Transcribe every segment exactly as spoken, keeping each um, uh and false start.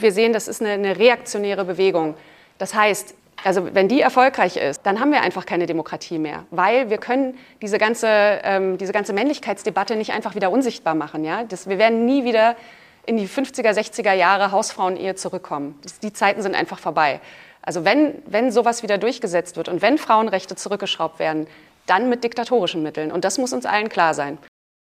Wir sehen, das ist eine, eine reaktionäre Bewegung. Das heißt, also wenn die erfolgreich ist, dann haben wir einfach keine Demokratie mehr, weil wir können diese ganze, ähm, diese ganze Männlichkeitsdebatte nicht einfach wieder unsichtbar machen. Ja? Das, wir werden nie wieder in die fünfziger, sechziger Jahre Hausfrauen-Ehe zurückkommen. Das, die Zeiten sind einfach vorbei. Also wenn, wenn sowas wieder durchgesetzt wird und wenn Frauenrechte zurückgeschraubt werden, dann mit diktatorischen Mitteln. Und das muss uns allen klar sein.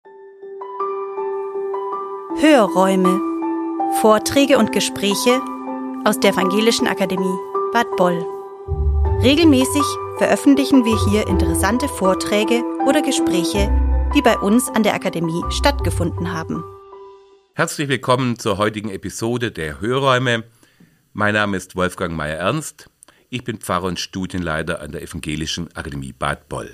Hörräume. Vorträge und Gespräche aus der Evangelischen Akademie Bad Boll. Regelmäßig veröffentlichen wir hier interessante Vorträge oder Gespräche, die bei uns an der Akademie stattgefunden haben. Herzlich willkommen zur heutigen Episode der Hörräume. Mein Name ist Wolfgang Meyer-Ernst. Ich bin Pfarrer und Studienleiter an der Evangelischen Akademie Bad Boll.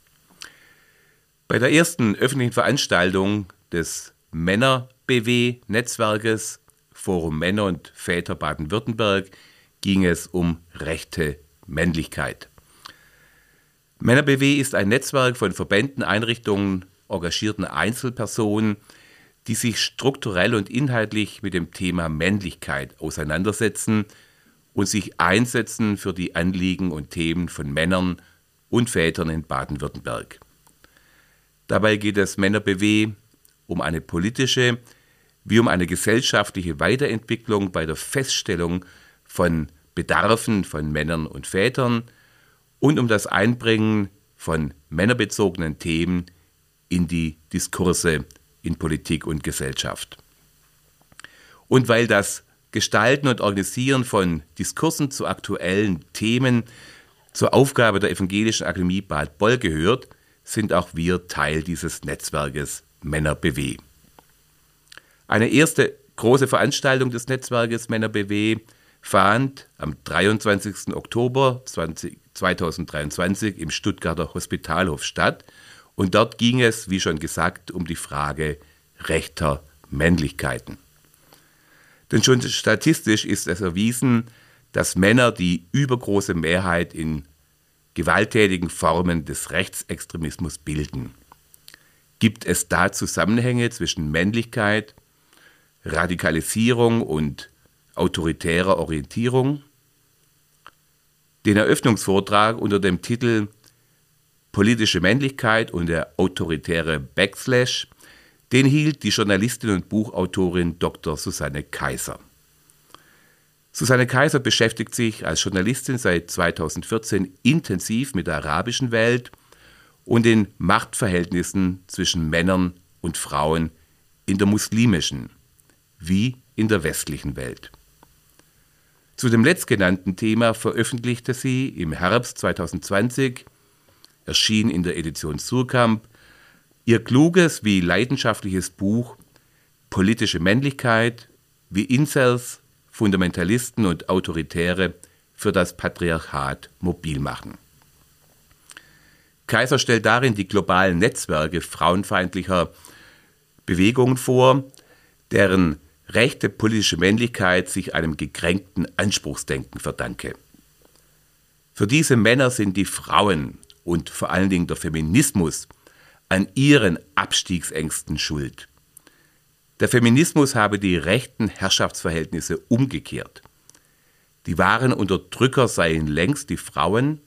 Bei der ersten öffentlichen Veranstaltung des Männer-B W-Netzwerkes Forum Männer und Väter Baden-Württemberg ging es um rechte Männlichkeit. Männer-B W ist ein Netzwerk von Verbänden, Einrichtungen, engagierten Einzelpersonen, die sich strukturell und inhaltlich mit dem Thema Männlichkeit auseinandersetzen und sich einsetzen für die Anliegen und Themen von Männern und Vätern in Baden-Württemberg. Dabei geht es Männer-B W um eine politische wie um eine gesellschaftliche Weiterentwicklung bei der Feststellung von Bedarfen von Männern und Vätern und um das Einbringen von männerbezogenen Themen in die Diskurse in Politik und Gesellschaft. Und weil das Gestalten und Organisieren von Diskursen zu aktuellen Themen zur Aufgabe der Evangelischen Akademie Bad Boll gehört, sind auch wir Teil dieses Netzwerkes Männer-B W. Eine erste große Veranstaltung des Netzwerkes Männer-B W fand am dreiundzwanzigsten Oktober zweitausenddreiundzwanzig im Stuttgarter Hospitalhof statt. Und dort ging es, wie schon gesagt, um die Frage rechter Männlichkeiten. Denn schon statistisch ist es erwiesen, dass Männer die übergroße Mehrheit in gewalttätigen Formen des Rechtsextremismus bilden. Gibt es da Zusammenhänge zwischen Männlichkeit, Radikalisierung und autoritärer Orientierung? Den Eröffnungsvortrag unter dem Titel Politische Männlichkeit und der autoritäre Backslash, den hielt die Journalistin und Buchautorin Doktor Susanne Kaiser. Susanne Kaiser beschäftigt sich als Journalistin seit zweitausendvierzehn intensiv mit der arabischen Welt und den Machtverhältnissen zwischen Männern und Frauen in der muslimischen wie in der westlichen Welt. Zu dem letztgenannten Thema veröffentlichte sie im Herbst zweitausendzwanzig, erschien in der Edition Surkamp, ihr kluges wie leidenschaftliches Buch Politische Männlichkeit, wie Incels, Fundamentalisten und Autoritäre für das Patriarchat mobil machen. Kaiser stellt darin die globalen Netzwerke frauenfeindlicher Bewegungen vor, deren rechte politische Männlichkeit sich einem gekränkten Anspruchsdenken verdanke. Für diese Männer sind die Frauen und vor allen Dingen der Feminismus an ihren Abstiegsängsten schuld. Der Feminismus habe die rechten Herrschaftsverhältnisse umgekehrt. Die wahren Unterdrücker seien längst die Frauen,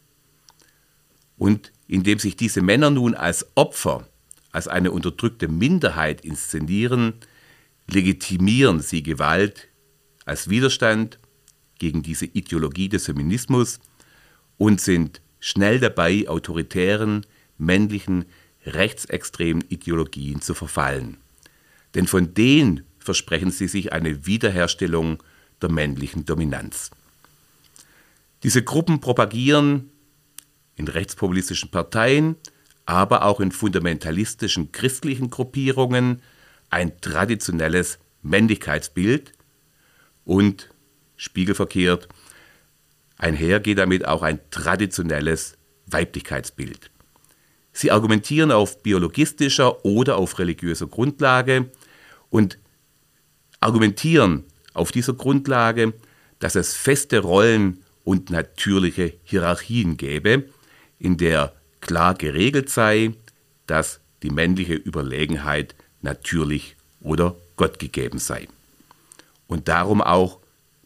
und indem sich diese Männer nun als Opfer, als eine unterdrückte Minderheit inszenieren, legitimieren sie Gewalt als Widerstand gegen diese Ideologie des Feminismus und sind schnell dabei, autoritären, männlichen, rechtsextremen Ideologien zu verfallen. Denn von denen versprechen sie sich eine Wiederherstellung der männlichen Dominanz. Diese Gruppen propagieren in rechtspopulistischen Parteien, aber auch in fundamentalistischen christlichen Gruppierungen ein traditionelles Männlichkeitsbild und, spiegelverkehrt, einher geht damit auch ein traditionelles Weiblichkeitsbild. Sie argumentieren auf biologistischer oder auf religiöser Grundlage und argumentieren auf dieser Grundlage, dass es feste Rollen und natürliche Hierarchien gäbe, in der klar geregelt sei, dass die männliche Überlegenheit natürlich oder gottgegeben sei. Und darum auch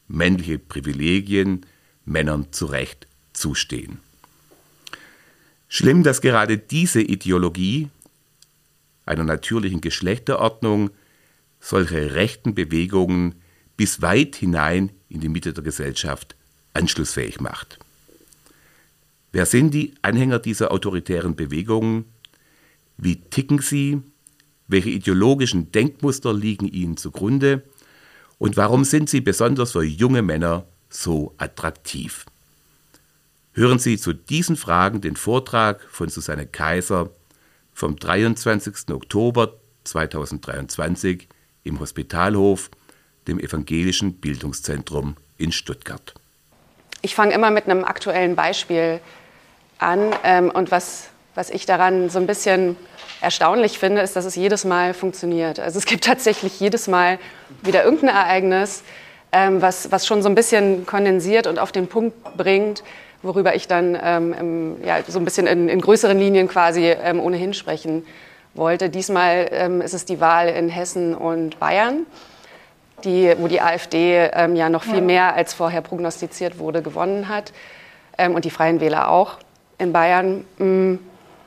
männliche Privilegien Männern zu Recht zustehen. Schlimm, dass gerade diese Ideologie einer natürlichen Geschlechterordnung solche rechten Bewegungen bis weit hinein in die Mitte der Gesellschaft anschlussfähig macht. Wer sind die Anhänger dieser autoritären Bewegungen? Wie ticken sie? Welche ideologischen Denkmuster liegen ihnen zugrunde? Und warum sind sie besonders für junge Männer so attraktiv? Hören Sie zu diesen Fragen den Vortrag von Susanne Kaiser vom dreiundzwanzigsten Oktober zweitausenddreiundzwanzig im Hospitalhof, dem Evangelischen Bildungszentrum in Stuttgart. Ich fange immer mit einem aktuellen Beispiel an. Ähm, und was, was ich daran so ein bisschen erstaunlich finde, ist, dass es jedes Mal funktioniert. Also es gibt tatsächlich jedes Mal wieder irgendein Ereignis, ähm, was, was schon so ein bisschen kondensiert und auf den Punkt bringt, worüber ich dann ähm, im, ja, so ein bisschen in, in größeren Linien quasi ähm, ohnehin sprechen wollte. Diesmal ähm, ist es die Wahl in Hessen und Bayern, die, wo die AfD ähm, ja noch viel mehr als vorher prognostiziert wurde, gewonnen hat. Ähm, und die Freien Wähler auch in Bayern. Mm.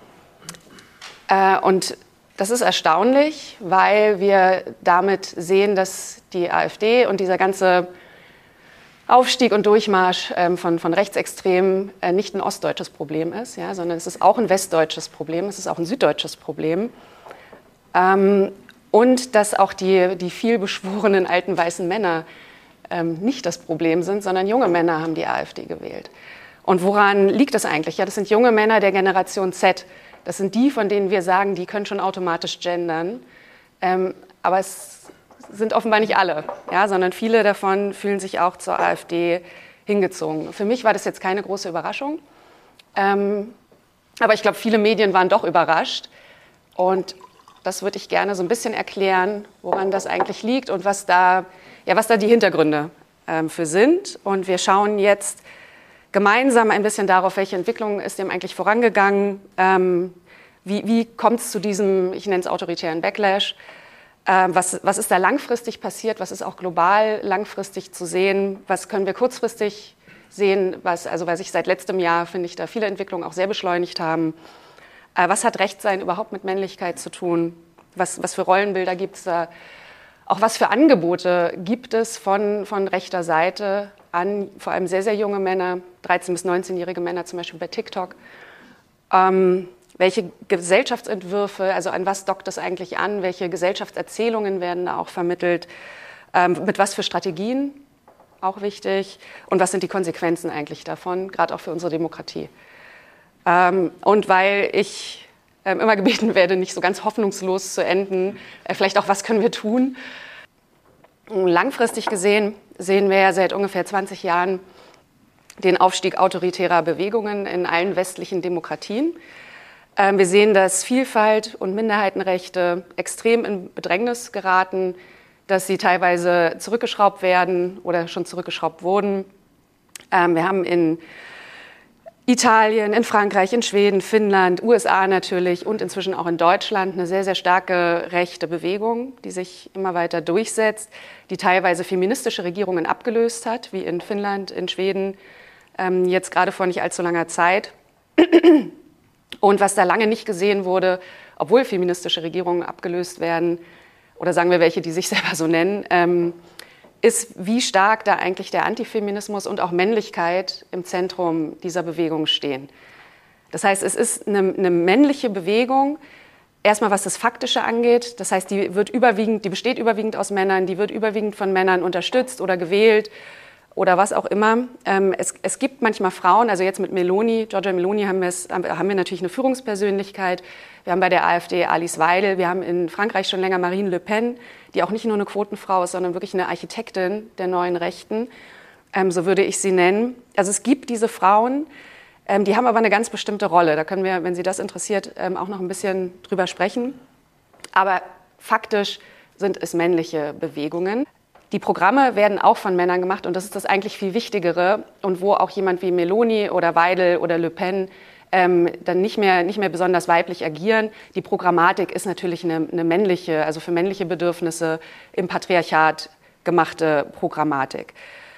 Äh, und das ist erstaunlich, weil wir damit sehen, dass die AfD und dieser ganze Aufstieg und Durchmarsch ähm, von, von Rechtsextremen äh, nicht ein ostdeutsches Problem ist, ja, sondern es ist auch ein westdeutsches Problem, es ist auch ein süddeutsches Problem. Ähm, und dass auch die, die vielbeschworenen alten weißen Männer ähm, nicht das Problem sind, sondern junge Männer haben die AfD gewählt. Und woran liegt das eigentlich? Ja, das sind junge Männer der Generation Z. Das sind die, von denen wir sagen, die können schon automatisch gendern. Ähm, aber es sind offenbar nicht alle, ja, sondern viele davon fühlen sich auch zur AfD hingezogen. Für mich war das jetzt keine große Überraschung, ähm, aber ich glaube, viele Medien waren doch überrascht. Und das würde ich gerne so ein bisschen erklären, woran das eigentlich liegt und was da, ja, was da die Hintergründe ähm, für sind. Und wir schauen jetzt gemeinsam ein bisschen darauf, welche Entwicklung ist dem eigentlich vorangegangen, ähm, wie, wie kommt es zu diesem, ich nenne es autoritären Backlash, ähm, was, was ist da langfristig passiert, was ist auch global langfristig zu sehen, was können wir kurzfristig sehen, was, also was ich seit letztem Jahr, finde ich, da viele Entwicklungen auch sehr beschleunigt haben. Äh, was hat Rechtsein überhaupt mit Männlichkeit zu tun? Was, was für Rollenbilder gibt es da? Auch was für Angebote gibt es von, von rechter Seite an vor allem sehr, sehr junge Männer, dreizehn- bis neunzehnjährige Männer zum Beispiel bei TikTok. Ähm, welche Gesellschaftsentwürfe, also an was dockt das eigentlich an? Welche Gesellschaftserzählungen werden da auch vermittelt? Ähm, mit was für Strategien, auch wichtig? Und was sind die Konsequenzen eigentlich davon, gerade auch für unsere Demokratie? Ähm, und weil ich ähm, immer gebeten werde, nicht so ganz hoffnungslos zu enden, äh, vielleicht auch, was können wir tun? Langfristig gesehen sehen wir ja seit ungefähr zwanzig Jahren den Aufstieg autoritärer Bewegungen in allen westlichen Demokratien. Wir sehen, dass Vielfalt und Minderheitenrechte extrem in Bedrängnis geraten, dass sie teilweise zurückgeschraubt werden oder schon zurückgeschraubt wurden. Wir haben in Italien, in Frankreich, in Schweden, Finnland, U S A natürlich und inzwischen auch in Deutschland eine sehr, sehr starke rechte Bewegung, die sich immer weiter durchsetzt, die teilweise feministische Regierungen abgelöst hat, wie in Finnland, in Schweden, ähm, jetzt gerade vor nicht allzu langer Zeit. Und was da lange nicht gesehen wurde, obwohl feministische Regierungen abgelöst werden, oder sagen wir welche, die sich selber so nennen, ähm, ist, wie stark da eigentlich der Antifeminismus und auch Männlichkeit im Zentrum dieser Bewegung stehen. Das heißt, es ist eine, eine männliche Bewegung, erstmal was das Faktische angeht. Das heißt, die wird überwiegend, die besteht überwiegend aus Männern, die wird überwiegend von Männern unterstützt oder gewählt oder was auch immer. Ähm, es, es gibt manchmal Frauen, also jetzt mit Meloni, Giorgia Meloni haben, haben wir natürlich eine Führungspersönlichkeit. Wir haben bei der AfD Alice Weidel, wir haben in Frankreich schon länger Marine Le Pen, die auch nicht nur eine Quotenfrau ist, sondern wirklich eine Architektin der neuen Rechten, ähm, so würde ich sie nennen. Also es gibt diese Frauen, ähm, die haben aber eine ganz bestimmte Rolle. Da können wir, wenn Sie das interessiert, ähm, auch noch ein bisschen drüber sprechen. Aber faktisch sind es männliche Bewegungen. Die Programme werden auch von Männern gemacht und das ist das eigentlich viel Wichtigere und wo auch jemand wie Meloni oder Weidel oder Le Pen ähm, dann nicht mehr, nicht mehr besonders weiblich agieren. Die Programmatik ist natürlich eine, eine männliche, also für männliche Bedürfnisse im Patriarchat gemachte Programmatik.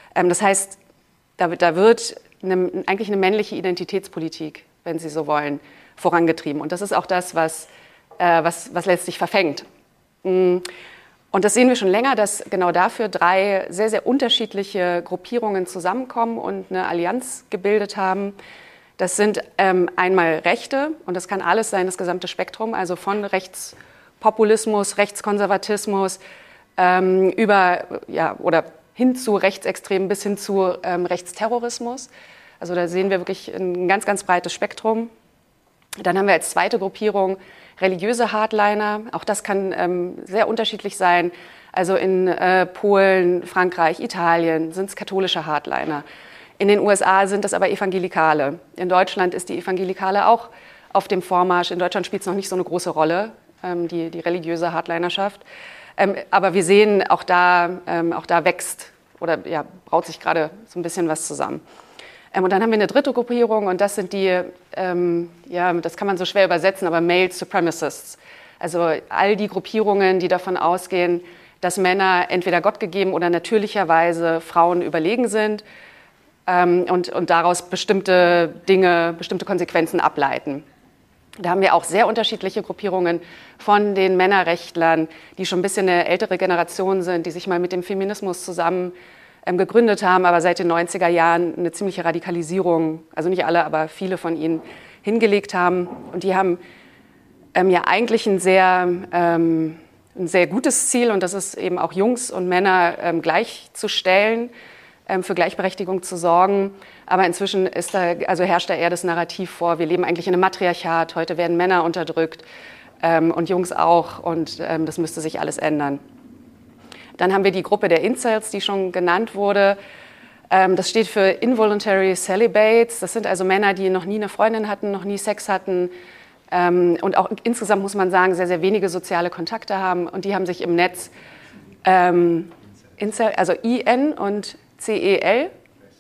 Ähm, das heißt, da, da wird eine, eigentlich eine männliche Identitätspolitik, wenn Sie so wollen, vorangetrieben. Und das ist auch das, was, äh, was, was letztlich verfängt. Und das sehen wir schon länger, dass genau dafür drei sehr, sehr unterschiedliche Gruppierungen zusammenkommen und eine Allianz gebildet haben. Das sind ähm, einmal Rechte, und das kann alles sein, das gesamte Spektrum, also von Rechtspopulismus, Rechtskonservatismus ähm, über, ja, oder hin zu Rechtsextremen bis hin zu ähm, Rechtsterrorismus. Also da sehen wir wirklich ein ganz, ganz breites Spektrum. Dann haben wir als zweite Gruppierung religiöse Hardliner. Auch das kann ähm, sehr unterschiedlich sein. Also in äh, Polen, Frankreich, Italien sind es katholische Hardliner. In den U S A sind es aber Evangelikale. In Deutschland ist die Evangelikale auch auf dem Vormarsch. In Deutschland spielt es noch nicht so eine große Rolle, ähm, die, die religiöse Hardlinerschaft. Ähm, aber wir sehen, auch da, ähm, auch da wächst oder ja, braut sich gerade so ein bisschen was zusammen. Ähm, und dann haben wir eine dritte Gruppierung, und das sind die, ähm, ja, das kann man so schwer übersetzen, aber Male Supremacists. Also all die Gruppierungen, die davon ausgehen, dass Männer entweder gottgegeben oder natürlicherweise Frauen überlegen sind ähm, und, und daraus bestimmte Dinge, bestimmte Konsequenzen ableiten. Da haben wir auch sehr unterschiedliche Gruppierungen von den Männerrechtlern, die schon ein bisschen eine ältere Generation sind, die sich mal mit dem Feminismus zusammen ähm, gegründet haben, aber seit den neunziger Jahren eine ziemliche Radikalisierung, also nicht alle, aber viele von ihnen hingelegt haben. Und die haben ähm, ja eigentlich ein sehr, ähm, ein sehr gutes Ziel, und das ist eben auch Jungs und Männer ähm, gleichzustellen, ähm, für Gleichberechtigung zu sorgen. Aber inzwischen ist da, also herrscht da eher das Narrativ vor, wir leben eigentlich in einem Matriarchat, heute werden Männer unterdrückt ähm, und Jungs auch, und ähm, das müsste sich alles ändern. Dann haben wir die Gruppe der Incels, die schon genannt wurde. Ähm, das steht für Involuntary Celibates. Das sind also Männer, die noch nie eine Freundin hatten, noch nie Sex hatten ähm, und auch insgesamt, muss man sagen, sehr, sehr wenige soziale Kontakte haben. Und die haben sich im Netz, ähm, Incel, also I N und C E L,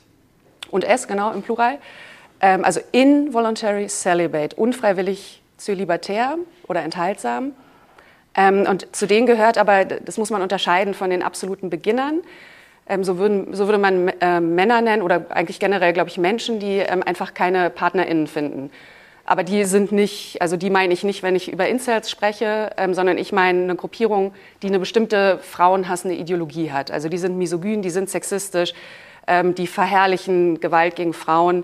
und S, genau, im Plural. Ähm, also involuntary celibate, unfreiwillig zölibatär oder enthaltsam. Ähm, und zu denen gehört aber, das muss man unterscheiden von den absoluten Beginnern. Ähm, so, würden, so würde man äh, Männer nennen oder eigentlich generell, glaube ich, Menschen, die ähm, einfach keine PartnerInnen finden. Aber die sind nicht, also die meine ich nicht, wenn ich über Incels spreche, ähm, sondern ich meine eine Gruppierung, die eine bestimmte frauenhassende Ideologie hat. Also die sind misogyn, die sind sexistisch, die verherrlichen Gewalt gegen Frauen,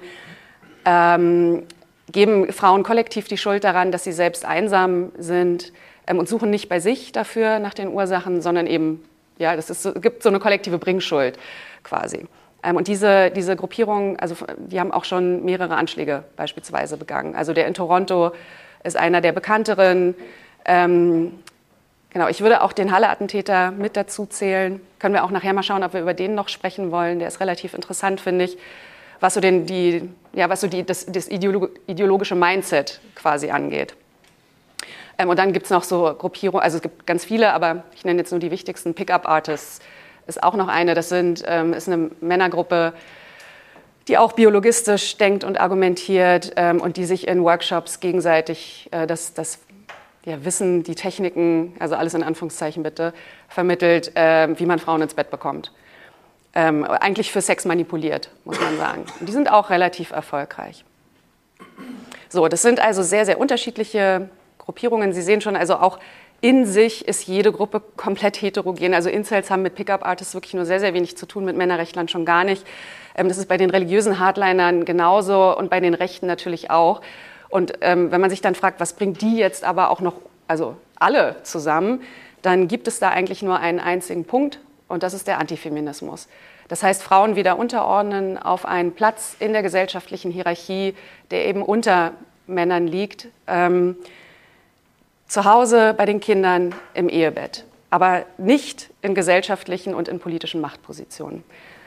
ähm, geben Frauen kollektiv die Schuld daran, dass sie selbst einsam sind ähm, und suchen nicht bei sich dafür nach den Ursachen, sondern eben, ja, es ist, gibt so eine kollektive Bringschuld quasi. Ähm, und diese, diese Gruppierungen, also die haben auch schon mehrere Anschläge beispielsweise begangen. Also der in Toronto ist einer der bekannteren. Ähm, Genau, ich würde auch den Halle-Attentäter mit dazu zählen. Können wir auch nachher mal schauen, ob wir über den noch sprechen wollen. Der ist relativ interessant, finde ich, was so, den, die, ja, was so die, das, das ideologische Mindset quasi angeht. Ähm, und dann gibt es noch so Gruppierungen, also es gibt ganz viele, aber ich nenne jetzt nur die wichtigsten. Pickup-Artists ist auch noch eine. Das sind, ähm, ist eine Männergruppe, die auch biologistisch denkt und argumentiert ähm, und die sich in Workshops gegenseitig äh, das, das ja, Wissen, die Techniken, also alles in Anführungszeichen bitte, vermittelt, äh, wie man Frauen ins Bett bekommt. Ähm, eigentlich für Sex manipuliert, muss man sagen. Und die sind auch relativ erfolgreich. So, das sind also sehr, sehr unterschiedliche Gruppierungen. Sie sehen schon, also auch in sich ist jede Gruppe komplett heterogen. Also Incels haben mit Pickup-Artists wirklich nur sehr, sehr wenig zu tun, mit Männerrechtlern schon gar nicht. Ähm, das ist bei den religiösen Hardlinern genauso und bei den Rechten natürlich auch. Und ähm, wenn man sich dann fragt, was bringt die jetzt aber auch noch, also alle zusammen, dann gibt es da eigentlich nur einen einzigen Punkt, und das ist der Antifeminismus. Das heißt, Frauen wieder unterordnen auf einen Platz in der gesellschaftlichen Hierarchie, der eben unter Männern liegt, ähm, zu Hause, bei den Kindern, im Ehebett, aber nicht in gesellschaftlichen und in politischen Machtpositionen.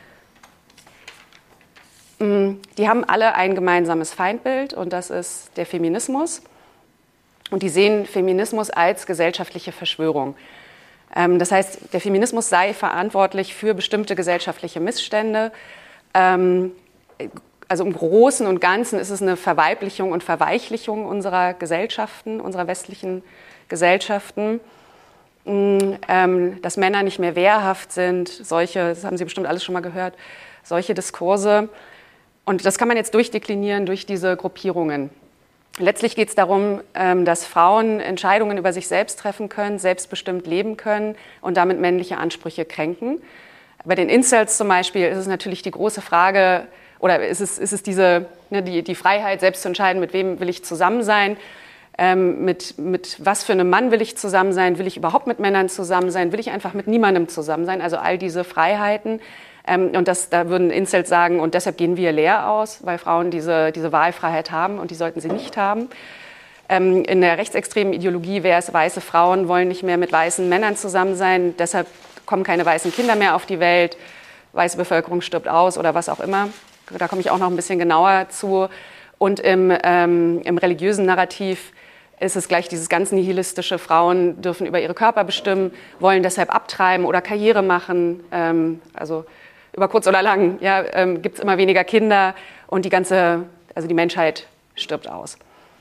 Die haben alle ein gemeinsames Feindbild, und das ist der Feminismus. Und die sehen Feminismus als gesellschaftliche Verschwörung. Das heißt, der Feminismus sei verantwortlich für bestimmte gesellschaftliche Missstände. Also im Großen und Ganzen ist es eine Verweiblichung und Verweichlichung unserer Gesellschaften, unserer westlichen Gesellschaften. ähm, dass Männer nicht mehr wehrhaft sind, solche, das haben Sie bestimmt alles schon mal gehört, solche Diskurse. Und das kann man jetzt durchdeklinieren durch diese Gruppierungen. Letztlich geht es darum, ähm, dass Frauen Entscheidungen über sich selbst treffen können, selbstbestimmt leben können und damit männliche Ansprüche kränken. Bei den Incels zum Beispiel ist es natürlich die große Frage, oder ist es, ist es diese, ne, die, die Freiheit, selbst zu entscheiden, mit wem will ich zusammen sein, ähm, mit, mit was für einem Mann will ich zusammen sein, will ich überhaupt mit Männern zusammen sein, will ich einfach mit niemandem zusammen sein, also all diese Freiheiten. Ähm, und das, da würden Incels sagen, und deshalb gehen wir leer aus, weil Frauen diese, diese Wahlfreiheit haben und die sollten sie nicht haben. Ähm, in der rechtsextremen Ideologie wäre es, weiße Frauen wollen nicht mehr mit weißen Männern zusammen sein, deshalb kommen keine weißen Kinder mehr auf die Welt, weiße Bevölkerung stirbt aus oder was auch immer. Da komme ich auch noch ein bisschen genauer zu. Und im, ähm, im religiösen Narrativ ist es gleich dieses ganz nihilistische, Frauen dürfen über ihre Körper bestimmen, wollen deshalb abtreiben oder Karriere machen. Ähm, also über kurz oder lang ja, ähm, gibt es immer weniger Kinder und die ganze, also die Menschheit stirbt aus.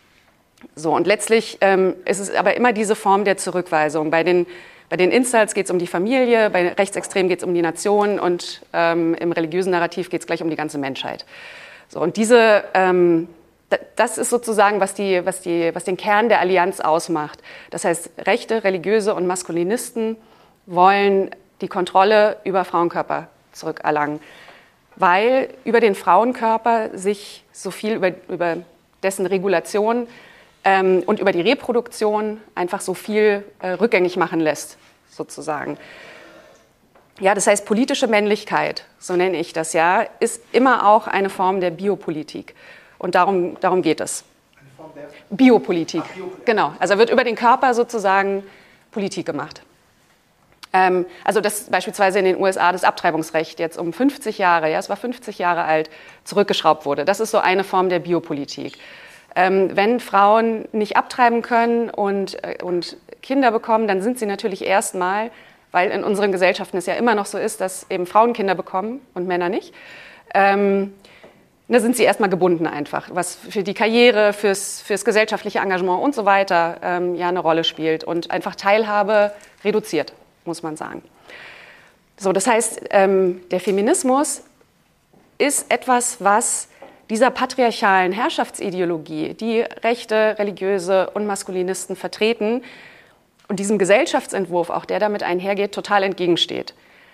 So, und letztlich ähm, ist es aber immer diese Form der Zurückweisung. Bei den Bei den Incels geht es um die Familie, bei Rechtsextremen geht es um die Nation und ähm, im religiösen Narrativ geht es gleich um die ganze Menschheit. So, und diese, ähm, das ist sozusagen, was, die, was, die, was den Kern der Allianz ausmacht. Das heißt, Rechte, Religiöse und Maskulinisten wollen die Kontrolle über Frauenkörper zurückerlangen, weil über den Frauenkörper sich so viel über, über dessen Regulation Ähm, und über die Reproduktion einfach so viel äh, rückgängig machen lässt, sozusagen. Ja, das heißt, politische Männlichkeit, so nenne ich das ja, ist immer auch eine Form der Biopolitik. Und darum, darum geht es. Eine Form der Biopolitik. Ach, Biopolitik. Genau, also wird über den Körper sozusagen Politik gemacht. Ähm, also das beispielsweise in den U S A das Abtreibungsrecht jetzt um fünfzig Jahre, ja, es war fünfzig Jahre alt, zurückgeschraubt wurde. Das ist so eine Form der Biopolitik. Ähm, wenn Frauen nicht abtreiben können und, äh, und Kinder bekommen, dann sind sie natürlich erstmal, weil in unseren Gesellschaften es ja immer noch so ist, dass eben Frauen Kinder bekommen und Männer nicht, ähm, da sind sie erstmal gebunden einfach, was für die Karriere, fürs, fürs gesellschaftliche Engagement und so weiter ähm, ja eine Rolle spielt und einfach Teilhabe reduziert, muss man sagen. So, das heißt, ähm, der Feminismus ist etwas, was dieser patriarchalen Herrschaftsideologie, die Rechte, Religiöse und Maskulinisten vertreten und diesem Gesellschaftsentwurf, auch der damit einhergeht, total entgegensteht.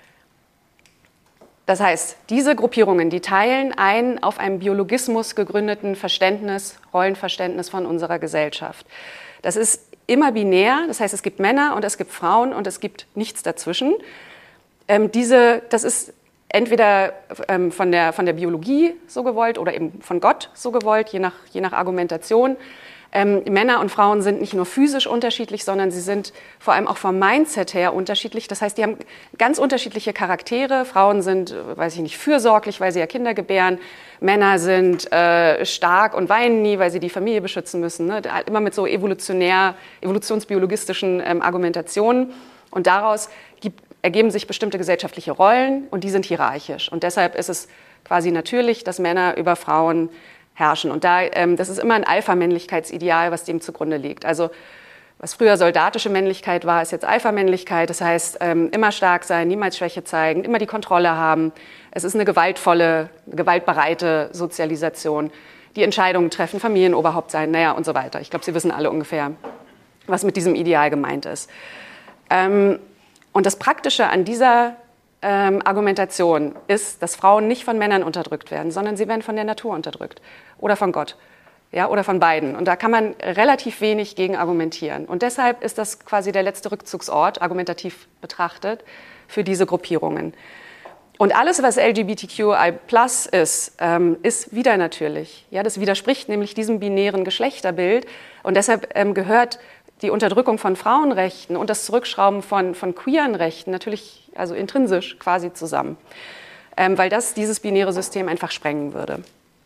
Das heißt, diese Gruppierungen, die teilen ein auf einem Biologismus gegründeten Verständnis, Rollenverständnis von unserer Gesellschaft. Das ist immer binär, das heißt, es gibt Männer und es gibt Frauen und es gibt nichts dazwischen. Ähm, diese, das ist entweder ähm, von, der, von der Biologie so gewollt oder eben von Gott so gewollt, je nach, je nach Argumentation. Ähm, Männer und Frauen sind nicht nur physisch unterschiedlich, sondern sie sind vor allem auch vom Mindset her unterschiedlich. Das heißt, die haben ganz unterschiedliche Charaktere. Frauen sind, weiß ich nicht, fürsorglich, weil sie ja Kinder gebären. Männer sind äh, stark und weinen nie, weil sie die Familie beschützen müssen. Ne? Immer mit so evolutionär, evolutionsbiologistischen ähm, Argumentationen. Und daraus gibt ergeben sich bestimmte gesellschaftliche Rollen und die sind hierarchisch. Und deshalb ist es quasi natürlich, dass Männer über Frauen herrschen. Und da, ähm, das ist immer ein Alpha-Männlichkeitsideal, was dem zugrunde liegt. Also was früher soldatische Männlichkeit war, ist jetzt Alpha-Männlichkeit. Das heißt, ähm, immer stark sein, niemals Schwäche zeigen, immer die Kontrolle haben. Es ist eine gewaltvolle, gewaltbereite Sozialisation. Die Entscheidungen treffen, Familienoberhaupt sein, naja und so weiter. Ich glaube, Sie wissen alle ungefähr, was mit diesem Ideal gemeint ist. Ähm, Und das Praktische an dieser ähm, Argumentation ist, dass Frauen nicht von Männern unterdrückt werden, sondern sie werden von der Natur unterdrückt oder von Gott, ja, oder von beiden. Und da kann man relativ wenig gegen argumentieren. Und deshalb ist das quasi der letzte Rückzugsort, argumentativ betrachtet, für diese Gruppierungen. Und alles, was L G B T Q I plus ist, ähm, ist widernatürlich. Ja, das widerspricht nämlich diesem binären Geschlechterbild. Und deshalb ähm, gehört die Unterdrückung von Frauenrechten und das Zurückschrauben von, von queeren Rechten natürlich, also intrinsisch quasi zusammen, ähm, weil das dieses binäre System einfach sprengen würde.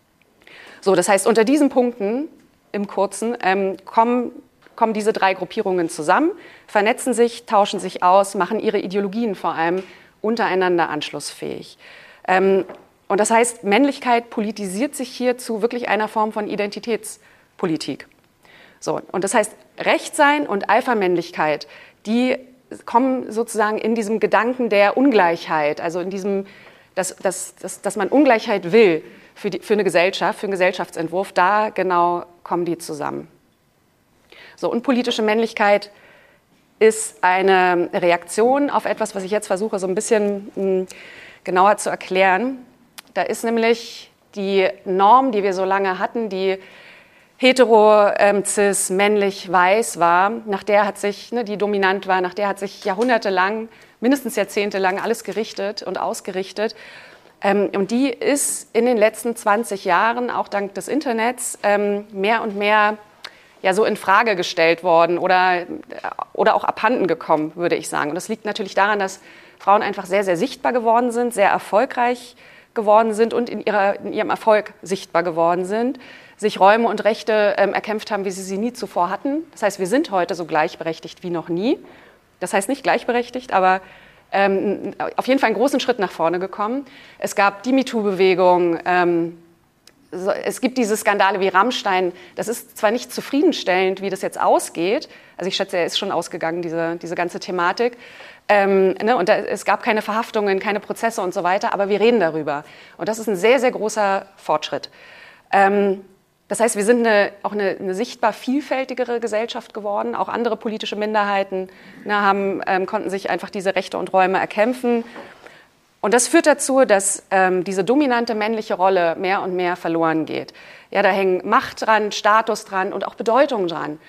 So, das heißt, unter diesen Punkten im Kurzen ähm, kommen, kommen diese drei Gruppierungen zusammen, vernetzen sich, tauschen sich aus, machen ihre Ideologien vor allem untereinander anschlussfähig. Ähm, und das heißt, Männlichkeit politisiert sich hier zu wirklich einer Form von Identitätspolitik. So, und das heißt, Rechtsein und Alpha-Männlichkeit, die kommen sozusagen in diesem Gedanken der Ungleichheit, also in diesem, dass, dass, dass, dass man Ungleichheit will für, die, für eine Gesellschaft, für einen Gesellschaftsentwurf, da genau kommen die zusammen. So, und politische Männlichkeit ist eine Reaktion auf etwas, was ich jetzt versuche, so ein bisschen mh, genauer zu erklären. Da ist nämlich die Norm, die wir so lange hatten, die hetero, ähm, cis, männlich, weiß war, nach der hat sich, ne, die dominant war, nach der hat sich jahrhundertelang, mindestens jahrzehntelang alles gerichtet und ausgerichtet. Ähm, und die ist in den letzten zwanzig Jahren, auch dank des Internets, ähm, mehr und mehr ja, so in Frage gestellt worden oder, oder auch abhanden gekommen, würde ich sagen. Und das liegt natürlich daran, dass Frauen einfach sehr, sehr sichtbar geworden sind, sehr erfolgreich geworden sind und in, ihrer, in ihrem Erfolg sichtbar geworden sind, sich Räume und Rechte ähm, erkämpft haben, wie sie sie nie zuvor hatten. Das heißt, wir sind heute so gleichberechtigt wie noch nie. Das heißt nicht gleichberechtigt, aber ähm, auf jeden Fall einen großen Schritt nach vorne gekommen. Es gab die MeToo-Bewegung, ähm, so, es gibt diese Skandale wie Rammstein. Das ist zwar nicht zufriedenstellend, wie das jetzt ausgeht. Also ich schätze, er ist schon ausgegangen, diese, diese ganze Thematik. Ähm, ne, und da, es gab keine Verhaftungen, keine Prozesse und so weiter, aber wir reden darüber. Und das ist ein sehr, sehr großer Fortschritt. Ähm, das heißt, wir sind eine, auch eine, eine sichtbar vielfältigere Gesellschaft geworden. Auch andere politische Minderheiten ne, haben, ähm, konnten sich einfach diese Rechte und Räume erkämpfen. Und das führt dazu, dass ähm, diese dominante männliche Rolle mehr und mehr verloren geht. Ja, da hängen Macht dran, Status dran und auch Bedeutung dran.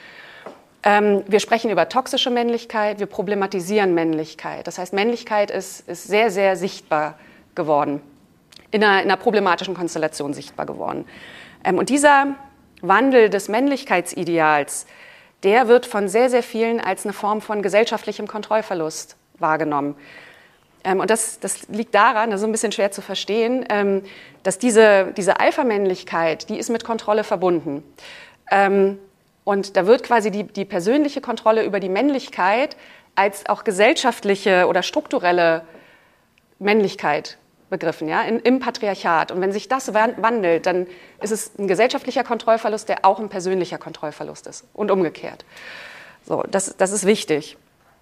Ähm, wir sprechen über toxische Männlichkeit, wir problematisieren Männlichkeit. Das heißt, Männlichkeit ist, ist sehr, sehr sichtbar geworden, in einer, in einer problematischen Konstellation sichtbar geworden. Ähm, und dieser Wandel des Männlichkeitsideals, der wird von sehr, sehr vielen als eine Form von gesellschaftlichem Kontrollverlust wahrgenommen. Ähm, und das, das liegt daran, das ist ein bisschen schwer zu verstehen, ähm, dass diese, diese Alpha-Männlichkeit, die ist mit Kontrolle verbunden. Ähm, Und da wird quasi die, die persönliche Kontrolle über die Männlichkeit als auch gesellschaftliche oder strukturelle Männlichkeit begriffen, ja, in, im Patriarchat. Und wenn sich das wandelt, dann ist es ein gesellschaftlicher Kontrollverlust, der auch ein persönlicher Kontrollverlust ist und umgekehrt. So, das, das ist wichtig.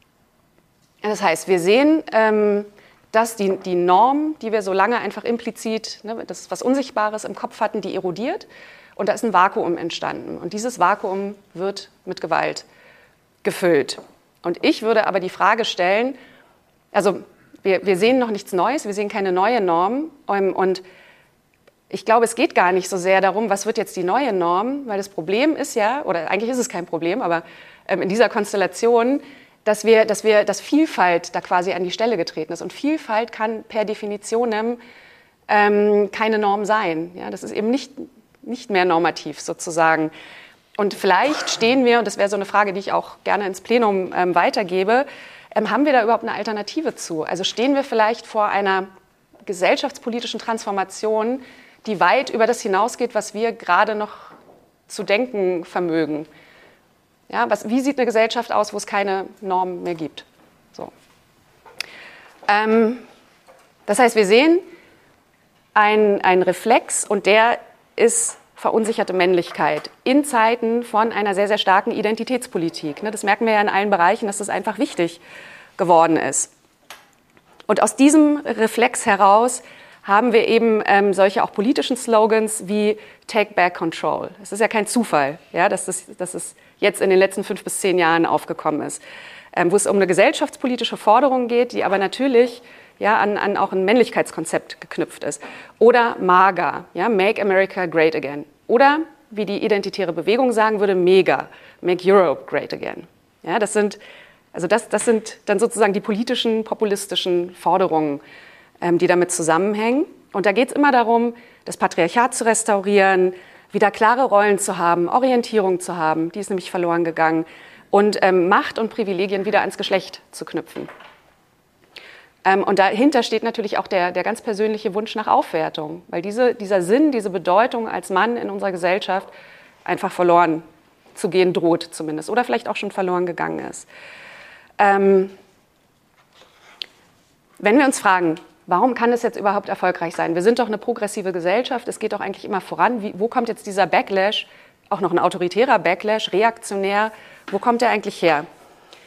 Das heißt, wir sehen, ähm, dass die, die Norm, die wir so lange einfach implizit, ne, das was Unsichtbares im Kopf hatten, die erodiert. Und da ist ein Vakuum entstanden. Und dieses Vakuum wird mit Gewalt gefüllt. Und ich würde aber die Frage stellen, also wir, wir sehen noch nichts Neues, wir sehen keine neue Norm. Und ich glaube, es geht gar nicht so sehr darum, was wird jetzt die neue Norm, weil das Problem ist ja, oder eigentlich ist es kein Problem, aber in dieser Konstellation, dass wir, dass wir, dass Vielfalt da quasi an die Stelle getreten ist. Und Vielfalt kann per Definition ähm, keine Norm sein. Ja, das ist eben nicht nicht mehr normativ sozusagen. Und vielleicht stehen wir, und das wäre so eine Frage, die ich auch gerne ins Plenum ähm, weitergebe, ähm, haben wir da überhaupt eine Alternative zu? Also stehen wir vielleicht vor einer gesellschaftspolitischen Transformation, die weit über das hinausgeht, was wir gerade noch zu denken vermögen? Ja, was, wie sieht eine Gesellschaft aus, wo es keine Norm mehr gibt? So. Ähm, das heißt, wir sehen einen, einen Reflex und der ist verunsicherte Männlichkeit in Zeiten von einer sehr, sehr starken Identitätspolitik. Das merken wir ja in allen Bereichen, dass das einfach wichtig geworden ist. Und aus diesem Reflex heraus haben wir eben ähm, solche auch politischen Slogans wie Take Back Control. Es ist ja kein Zufall, ja, dass, das, dass es jetzt in den letzten fünf bis zehn Jahren aufgekommen ist, ähm, wo es um eine gesellschaftspolitische Forderung geht, die aber natürlich ja, an, an auch ein Männlichkeitskonzept geknüpft ist. Oder MAGA, ja, Make America Great Again. Oder, wie die identitäre Bewegung sagen würde, MEGA, Make Europe Great Again. Ja, das sind, also das, das sind dann sozusagen die politischen, populistischen Forderungen, ähm, die damit zusammenhängen. Und da geht es immer darum, das Patriarchat zu restaurieren, wieder klare Rollen zu haben, Orientierung zu haben, die ist nämlich verloren gegangen, und ähm, Macht und Privilegien wieder ans Geschlecht zu knüpfen. Und dahinter steht natürlich auch der, der ganz persönliche Wunsch nach Aufwertung, weil diese, dieser Sinn, diese Bedeutung als Mann in unserer Gesellschaft einfach verloren zu gehen droht zumindest oder vielleicht auch schon verloren gegangen ist. Ähm, wenn wir uns fragen, warum kann es jetzt überhaupt erfolgreich sein? Wir sind doch eine progressive Gesellschaft, es geht doch eigentlich immer voran. Wie, wo kommt jetzt dieser Backlash, auch noch ein autoritärer Backlash, reaktionär, wo kommt der eigentlich her?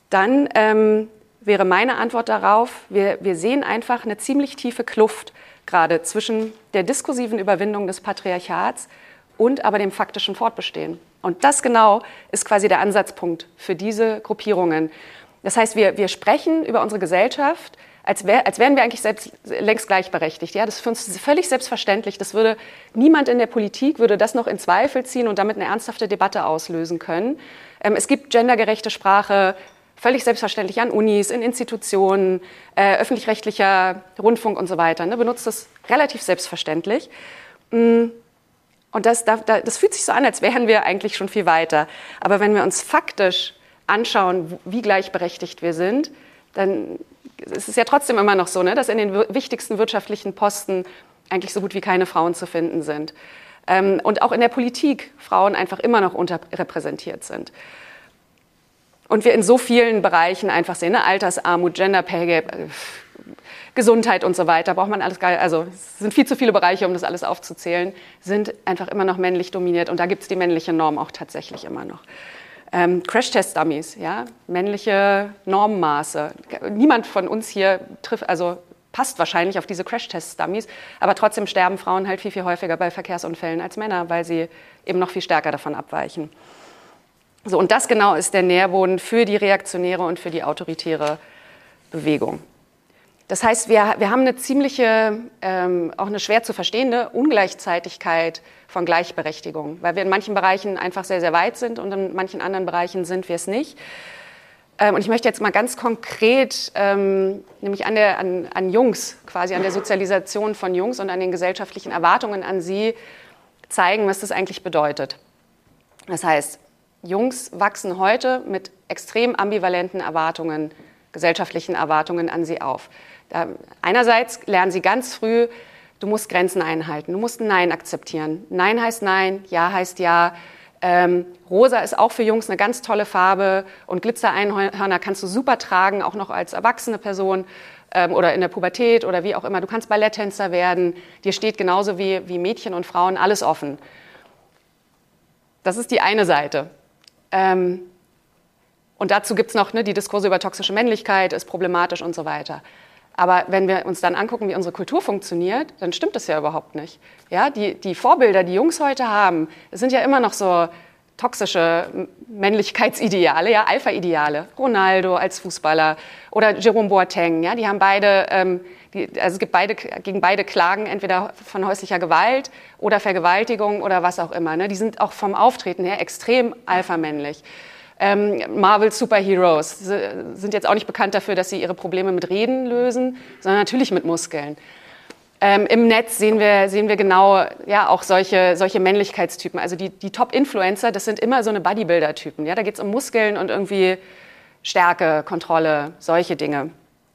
dann ähm, wäre meine Antwort darauf, wir, wir sehen einfach eine ziemlich tiefe Kluft gerade zwischen der diskursiven Überwindung des Patriarchats und aber dem faktischen Fortbestehen. Und das genau ist quasi der Ansatzpunkt für diese Gruppierungen. Das heißt, wir, wir sprechen über unsere Gesellschaft, als, wär, als wären wir eigentlich selbst, längst gleichberechtigt. Ja, das ist für uns völlig selbstverständlich. Das würde, niemand in der Politik würde das noch in Zweifel ziehen und damit eine ernsthafte Debatte auslösen können. Ähm, es gibt gendergerechte Sprache, völlig selbstverständlich an Unis, in Institutionen, äh, öffentlich-rechtlicher Rundfunk und so weiter. Ne, benutzt das relativ selbstverständlich. Und das, das, das fühlt sich so an, als wären wir eigentlich schon viel weiter. Aber wenn wir uns faktisch anschauen, wie gleichberechtigt wir sind, dann ist es ja trotzdem immer noch so, ne, dass in den wichtigsten wirtschaftlichen Posten eigentlich so gut wie keine Frauen zu finden sind. Ähm, und auch in der Politik Frauen einfach immer noch unterrepräsentiert sind. Und wir in so vielen Bereichen einfach sehen, ne, Altersarmut, Gender Pay Gap, äh, Gesundheit und so weiter, braucht man alles gar nicht, also es sind viel zu viele Bereiche, um das alles aufzuzählen, sind einfach immer noch männlich dominiert. Und da gibt es die männliche Norm auch tatsächlich immer noch. Ähm, Crash-Test-Dummies, ja, männliche Normmaße. Niemand von uns hier trifft, also passt wahrscheinlich auf diese Crash-Test-Dummies, aber trotzdem sterben Frauen halt viel, viel häufiger bei Verkehrsunfällen als Männer, weil sie eben noch viel stärker davon abweichen. So, und das genau ist der Nährboden für die reaktionäre und für die autoritäre Bewegung. Das heißt, wir, wir haben eine ziemliche, ähm, auch eine schwer zu verstehende Ungleichzeitigkeit von Gleichberechtigung, weil wir in manchen Bereichen einfach sehr, sehr weit sind und in manchen anderen Bereichen sind wir es nicht. Ähm, und ich möchte jetzt mal ganz konkret, ähm, nämlich an, der, an, an Jungs, quasi an der Sozialisation von Jungs und an den gesellschaftlichen Erwartungen an sie zeigen, was das eigentlich bedeutet. Das heißt, Jungs wachsen heute mit extrem ambivalenten Erwartungen, gesellschaftlichen Erwartungen an sie auf. Da, einerseits lernen sie ganz früh, du musst Grenzen einhalten, du musst ein Nein akzeptieren. Nein heißt Nein, Ja heißt Ja. Ähm, Rosa ist auch für Jungs eine ganz tolle Farbe und Glitzereinhörner kannst du super tragen, auch noch als erwachsene Person ähm, oder in der Pubertät oder wie auch immer. Du kannst Balletttänzer werden, dir steht genauso wie, wie Mädchen und Frauen alles offen. Das ist die eine Seite. Ähm, und dazu gibt es noch ne, die Diskurse über toxische Männlichkeit, ist problematisch und so weiter. Aber wenn wir uns dann angucken, wie unsere Kultur funktioniert, dann stimmt das ja überhaupt nicht. Ja, die, die Vorbilder, die Jungs heute haben, das sind ja immer noch so toxische Männlichkeitsideale, ja, Alpha-Ideale. Ronaldo als Fußballer oder Jerome Boateng, ja, die haben beide, ähm, die, also es gibt beide, gegen beide Klagen, entweder von häuslicher Gewalt oder Vergewaltigung oder was auch immer. Ne? Die sind auch vom Auftreten her extrem alpha-männlich. Ähm, Marvel Superheroes sind jetzt auch nicht bekannt dafür, dass sie ihre Probleme mit Reden lösen, sondern natürlich mit Muskeln. Ähm, Im Netz sehen wir, sehen wir genau ja, auch solche, solche Männlichkeitstypen. Also die, die Top-Influencer, das sind immer so eine Bodybuilder-Typen. Ja? Da geht es um Muskeln und irgendwie Stärke, Kontrolle, solche Dinge.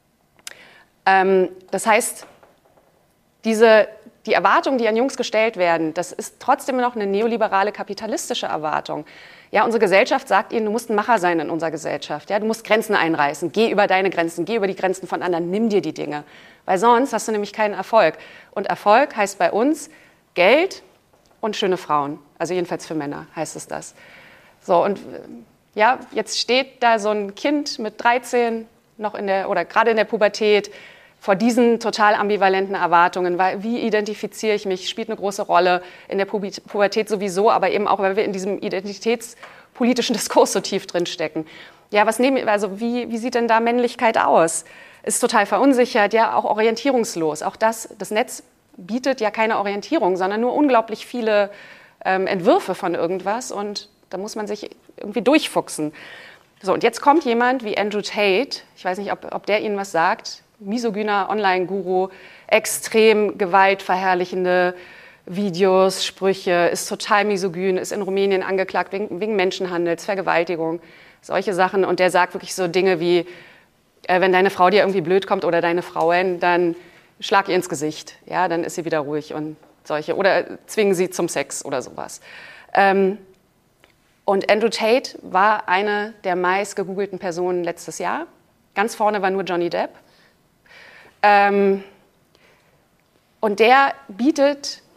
Ähm, das heißt, diese, die Erwartungen, die an Jungs gestellt werden, das ist trotzdem noch eine neoliberale kapitalistische Erwartung. Ja, unsere Gesellschaft sagt ihnen, du musst ein Macher sein in unserer Gesellschaft. Ja, du musst Grenzen einreißen, geh über deine Grenzen, geh über die Grenzen von anderen, nimm dir die Dinge. Weil sonst hast du nämlich keinen Erfolg. Und Erfolg heißt bei uns Geld und schöne Frauen. Also jedenfalls für Männer heißt es das. So, und ja, jetzt steht da so ein Kind mit dreizehn noch in der, oder gerade in der Pubertät, vor diesen total ambivalenten Erwartungen, weil wie identifiziere ich mich, spielt eine große Rolle in der Pubertät sowieso, aber eben auch, weil wir in diesem identitätspolitischen Diskurs so tief drin stecken. Ja, was nehmen, also wie, wie sieht denn da Männlichkeit aus? Ist total verunsichert, ja, auch orientierungslos. Auch das, das Netz bietet ja keine Orientierung, sondern nur unglaublich viele ähm, Entwürfe von irgendwas und da muss man sich irgendwie durchfuchsen. So, und jetzt kommt jemand wie Andrew Tate, ich weiß nicht, ob, ob der Ihnen was sagt, misogyner Online-Guru, extrem gewaltverherrlichende Videos, Sprüche, ist total misogyn, ist in Rumänien angeklagt wegen, wegen Menschenhandels, Vergewaltigung, solche Sachen. Und der sagt wirklich so Dinge wie, äh, wenn deine Frau dir irgendwie blöd kommt oder deine Frauen, dann schlag ihr ins Gesicht, ja, dann ist sie wieder ruhig und solche. Oder zwingen sie zum Sex oder sowas. Ähm, und Andrew Tate war eine der meist gegoogelten Personen letztes Jahr. Ganz vorne war nur Johnny Depp. Ähm, und der bietet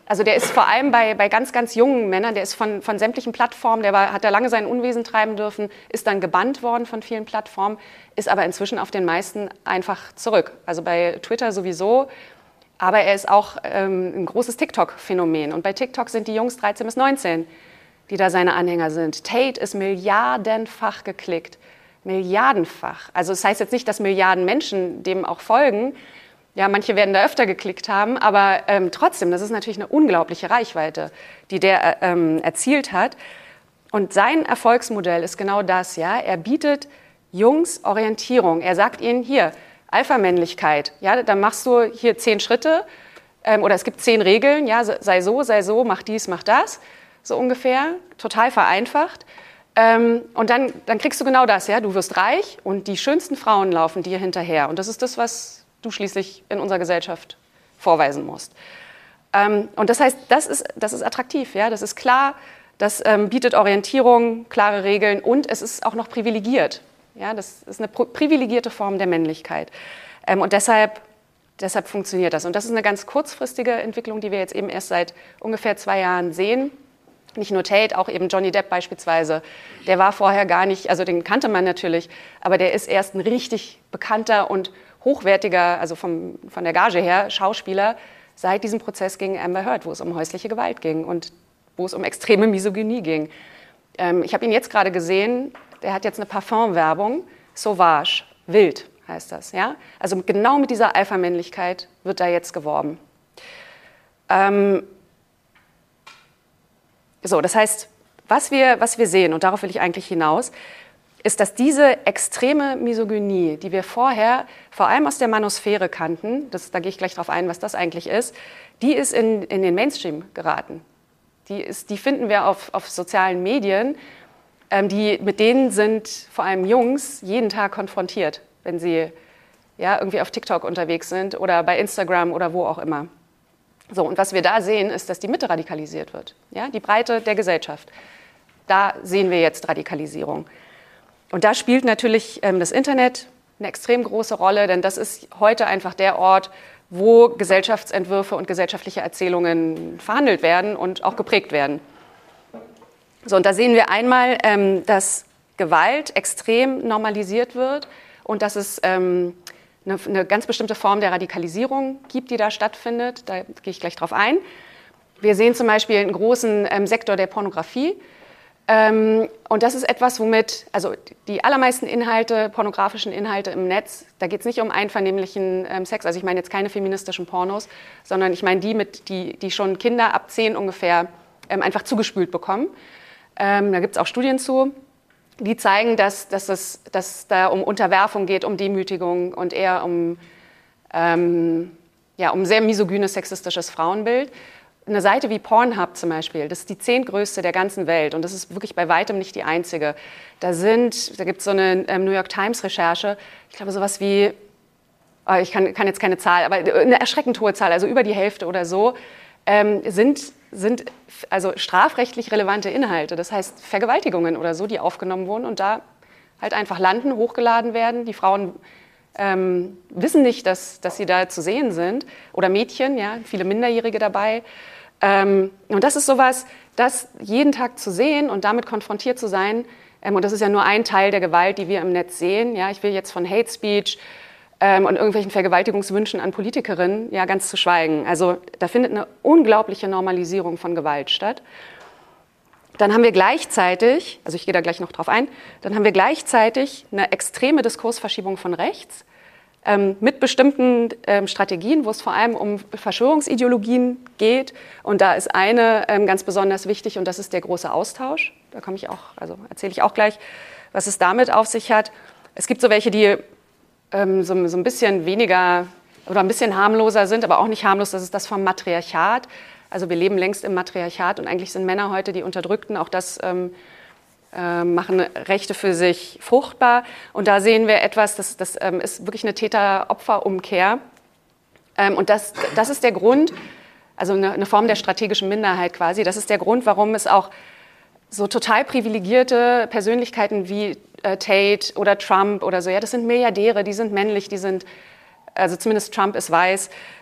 Also der ist vor allem bei, bei ganz, ganz jungen Männern, der ist von, von sämtlichen Plattformen, der war, hat da lange sein Unwesen treiben dürfen, ist dann gebannt worden von vielen Plattformen, ist aber inzwischen auf den meisten einfach zurück. Also bei Twitter sowieso, aber er ist auch ähm, ein großes TikTok-Phänomen. Und bei TikTok sind die Jungs dreizehn bis neunzehn, die da seine Anhänger sind. Tate ist milliardenfach geklickt, milliardenfach. Also das heißt jetzt nicht, dass Milliarden Menschen dem auch folgen. Ja, manche werden da öfter geklickt haben, aber ähm, trotzdem, das ist natürlich eine unglaubliche Reichweite, die der ähm, erzielt hat. Und sein Erfolgsmodell ist genau das, ja. Er bietet Jungs Orientierung. Er sagt ihnen, hier, Alpha-Männlichkeit, ja, dann machst du hier zehn Schritte ähm, oder es gibt zehn Regeln, ja, sei so, sei so, mach dies, mach das, so ungefähr, total vereinfacht. Ähm, und dann, dann kriegst du genau das, ja, du wirst reich und die schönsten Frauen laufen dir hinterher. Und das ist das, was du schließlich in unserer Gesellschaft vorweisen musst. Ähm, und das heißt, das ist, das ist attraktiv, ja? Das ist klar, das ähm, bietet Orientierung, klare Regeln und es ist auch noch privilegiert. Ja? Das ist eine privilegierte Form der Männlichkeit. Ähm, und deshalb, deshalb funktioniert das. Und das ist eine ganz kurzfristige Entwicklung, die wir jetzt eben erst seit ungefähr zwei Jahren sehen. Nicht nur Tate, auch eben Johnny Depp beispielsweise. Der war vorher gar nicht, also den kannte man natürlich, aber der ist erst ein richtig bekannter und hochwertiger, also vom, von der Gage her, Schauspieler, seit diesem Prozess gegen Amber Heard, wo es um häusliche Gewalt ging und wo es um extreme Misogynie ging. Ähm, ich habe ihn jetzt gerade gesehen, der hat jetzt eine Parfumwerbung, Sauvage, wild heißt das. Ja? Also genau mit dieser Alpha-Männlichkeit wird da jetzt geworben. Ähm, so, das heißt, was wir, was wir sehen, und darauf will ich eigentlich hinaus, ist, dass diese extreme Misogynie, die wir vorher vor allem aus der Manosphäre kannten, das, da gehe ich gleich darauf ein, was das eigentlich ist, die ist in, in den Mainstream geraten. Die, ist, die finden wir auf, auf sozialen Medien, ähm, die, mit denen sind vor allem Jungs jeden Tag konfrontiert, wenn sie ja, irgendwie auf TikTok unterwegs sind oder bei Instagram oder wo auch immer. So, und was wir da sehen, ist, dass die Mitte radikalisiert wird, ja, die Breite der Gesellschaft. Da sehen wir jetzt Radikalisierung. Und da spielt natürlich ähm, das Internet eine extrem große Rolle, denn das ist heute einfach der Ort, wo Gesellschaftsentwürfe und gesellschaftliche Erzählungen verhandelt werden und auch geprägt werden. So, und da sehen wir einmal, ähm, dass Gewalt extrem normalisiert wird und dass es ähm, eine, eine ganz bestimmte Form der Radikalisierung gibt, die da stattfindet. Da gehe ich gleich drauf ein. Wir sehen zum Beispiel einen großen ähm, Sektor der Pornografie. Ähm, und das ist etwas, womit, also die allermeisten Inhalte, pornografischen Inhalte im Netz, da geht es nicht um einvernehmlichen ähm, Sex, also ich meine jetzt keine feministischen Pornos, sondern ich meine die, mit, die, die schon Kinder ab zehn ungefähr ähm, einfach zugespült bekommen. Ähm, da gibt es auch Studien zu, die zeigen, dass, dass es dass da um Unterwerfung geht, um Demütigung und eher um, ähm, ja, um sehr misogynes, sexistisches Frauenbild. Eine Seite wie Pornhub zum Beispiel, das ist die zehntgrößte der ganzen Welt und das ist wirklich bei weitem nicht die einzige. Da sind, da gibt es so eine ähm, New York Times Recherche, ich glaube sowas wie, oh, ich kann, kann jetzt keine Zahl, aber eine erschreckend hohe Zahl, also über die Hälfte oder so, ähm, sind, sind also strafrechtlich relevante Inhalte. Das heißt Vergewaltigungen oder so, die aufgenommen wurden und da halt einfach landen, hochgeladen werden. Die Frauen ähm, wissen nicht, dass, dass sie da zu sehen sind oder Mädchen, ja, viele Minderjährige dabei. Ähm, und das ist sowas, das jeden Tag zu sehen und damit konfrontiert zu sein, ähm, und das ist ja nur ein Teil der Gewalt, die wir im Netz sehen. Ja, ich will jetzt von Hate Speech ähm, und irgendwelchen Vergewaltigungswünschen an Politikerinnen ja ganz zu schweigen. Also da findet eine unglaubliche Normalisierung von Gewalt statt. Dann haben wir gleichzeitig, also ich gehe da gleich noch drauf ein, dann haben wir gleichzeitig eine extreme Diskursverschiebung von rechts, Ähm, mit bestimmten ähm, Strategien, wo es vor allem um Verschwörungsideologien geht. Und da ist eine ähm, ganz besonders wichtig und das ist der große Austausch. Da komme ich auch, also erzähle ich auch gleich, was es damit auf sich hat. Es gibt so welche, die ähm, so, so ein bisschen weniger oder ein bisschen harmloser sind, aber auch nicht harmlos. Das ist das vom Matriarchat. Also wir leben längst im Matriarchat und eigentlich sind Männer heute die Unterdrückten. Auch das ähm, Äh, machen Rechte für sich fruchtbar. Und da sehen wir etwas, das, das ähm, ist wirklich eine Täter-Opfer-Umkehr. Ähm, und das, das ist der Grund, also eine, eine Form der strategischen Minderheit quasi, das ist der Grund, warum es auch so total privilegierte Persönlichkeiten wie äh, Tate oder Trump oder so, ja, das sind Milliardäre, die sind männlich, die sind, also zumindest Trump ist weiß,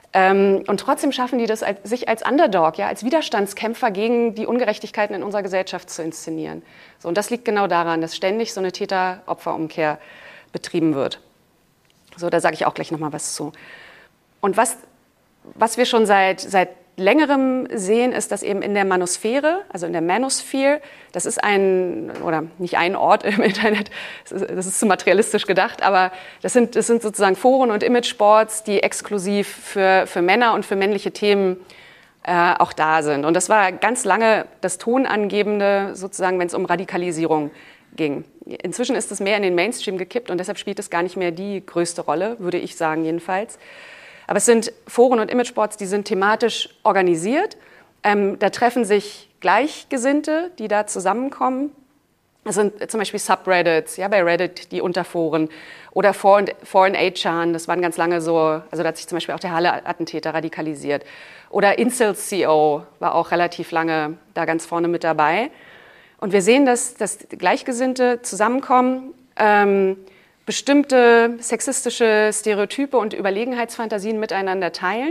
Ähm, und trotzdem schaffen die das, als, sich als Underdog, ja, als Widerstandskämpfer gegen die Ungerechtigkeiten in unserer Gesellschaft zu inszenieren. So, und das liegt genau daran, dass ständig so eine Täter-Opfer-Umkehr betrieben wird. So, da sage ich auch gleich nochmal was zu. Und was, was wir schon seit, seit längerem sehen, ist, dass eben in der Manosphäre, also in der Manosphere, das ist ein, oder nicht ein Ort im Internet, das ist, das ist zu materialistisch gedacht, aber das sind, das sind sozusagen Foren und Imageboards, die exklusiv für, für Männer und für männliche Themen äh, auch da sind. Und das war ganz lange das Tonangebende, sozusagen, wenn es um Radikalisierung ging. Inzwischen ist es mehr in den Mainstream gekippt und deshalb spielt es gar nicht mehr die größte Rolle, würde ich sagen jedenfalls. Aber es sind Foren und Imageboards, die sind thematisch organisiert. Ähm, da treffen sich Gleichgesinnte, die da zusammenkommen. Das sind zum Beispiel Subreddits, ja, bei Reddit die Unterforen oder Foreign aid chan, das waren ganz lange so, also da hat sich zum Beispiel auch der Halle-Attentäter radikalisiert. Oder Incels punkt co war auch relativ lange da ganz vorne mit dabei. Und wir sehen, dass, dass Gleichgesinnte zusammenkommen, ähm, bestimmte sexistische Stereotype und Überlegenheitsfantasien miteinander teilen.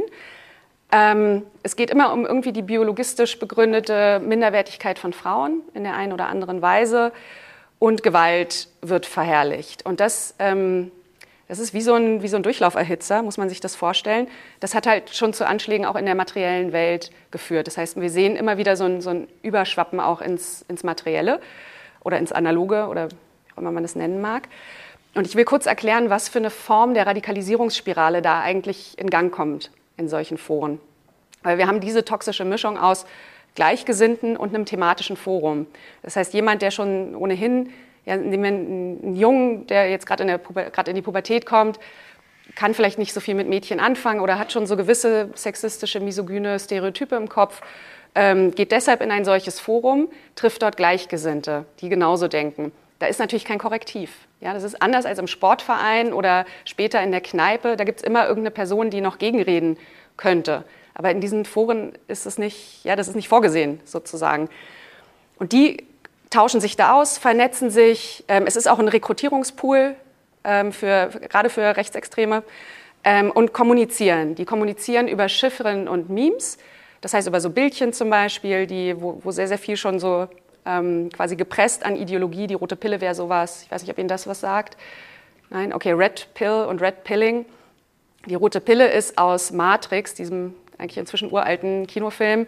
Ähm, es geht immer um irgendwie die biologistisch begründete Minderwertigkeit von Frauen in der einen oder anderen Weise und Gewalt wird verherrlicht. Und das, ähm, das ist wie so ein, wie so ein Durchlauferhitzer, muss man sich das vorstellen. Das hat halt schon zu Anschlägen auch in der materiellen Welt geführt. Das heißt, wir sehen immer wieder so ein, so ein Überschwappen auch ins, ins Materielle oder ins Analoge oder wie auch immer man das nennen mag. Und ich will kurz erklären, was für eine Form der Radikalisierungsspirale da eigentlich in Gang kommt in solchen Foren. Weil wir haben diese toxische Mischung aus Gleichgesinnten und einem thematischen Forum. Das heißt, jemand, der schon ohnehin, ja, ein Jungen, der jetzt gerade in, der Puber, gerade in die Pubertät kommt, kann vielleicht nicht so viel mit Mädchen anfangen oder hat schon so gewisse sexistische, misogyne Stereotype im Kopf, ähm, geht deshalb in ein solches Forum, trifft dort Gleichgesinnte, die genauso denken. Da ist natürlich kein Korrektiv. Ja, das ist anders als im Sportverein oder später in der Kneipe. Da gibt es immer irgendeine Person, die noch gegenreden könnte. Aber in diesen Foren ist es nicht, ja, das ist nicht vorgesehen, sozusagen. Und die tauschen sich da aus, vernetzen sich. Ähm, es ist auch ein Rekrutierungspool, ähm, für, gerade für Rechtsextreme, ähm, und kommunizieren. Die kommunizieren über Chiffren und Memes. Das heißt, über so Bildchen zum Beispiel, die, wo, wo sehr, sehr viel schon so Ähm, quasi gepresst an Ideologie. Die rote Pille wäre sowas. Ich weiß nicht, ob Ihnen das was sagt. Nein? Okay, Red Pill und Red Pilling. Die rote Pille ist aus Matrix, diesem eigentlich inzwischen uralten Kinofilm,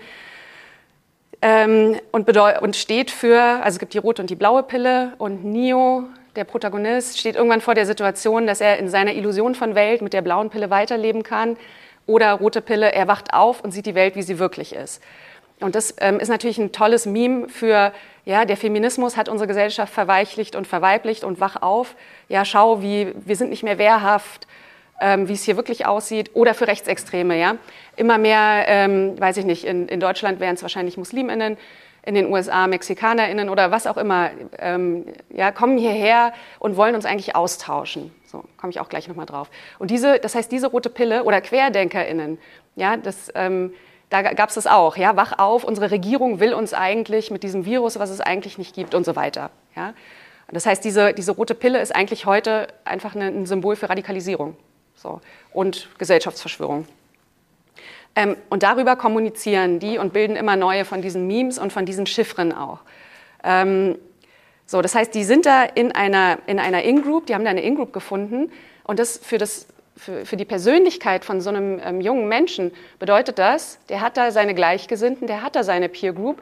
ähm, und, bedeu- und steht für, also es gibt die rote und die blaue Pille und Neo, der Protagonist, steht irgendwann vor der Situation, dass er in seiner Illusion von Welt mit der blauen Pille weiterleben kann oder rote Pille, er wacht auf und sieht die Welt, wie sie wirklich ist. Und das ähm, ist natürlich ein tolles Meme für, ja, der Feminismus hat unsere Gesellschaft verweichlicht und verweiblicht und wach auf. Ja, schau, wie, wir sind nicht mehr wehrhaft, ähm, wie es hier wirklich aussieht. Oder für Rechtsextreme, ja. Immer mehr, ähm, weiß ich nicht, in, in Deutschland wären es wahrscheinlich MuslimInnen, in den U S A MexikanerInnen oder was auch immer, ähm, ja, kommen hierher und wollen uns eigentlich austauschen. So, komme ich auch gleich nochmal drauf. Und diese, das heißt, diese rote Pille oder QuerdenkerInnen, ja, das, ähm, da gab es das auch, ja, wach auf, unsere Regierung will uns eigentlich mit diesem Virus, was es eigentlich nicht gibt und so weiter. Ja. Das heißt, diese, diese rote Pille ist eigentlich heute einfach ein Symbol für Radikalisierung, so, und Gesellschaftsverschwörung. Ähm, und darüber kommunizieren die und bilden immer neue von diesen Memes und von diesen Chiffren auch. Ähm, so, das heißt, die sind da in einer, in einer In-Group, die haben da eine In-Group gefunden und das für das Für, für die Persönlichkeit von so einem ähm, jungen Menschen bedeutet das, der hat da seine Gleichgesinnten, der hat da seine Peer Group,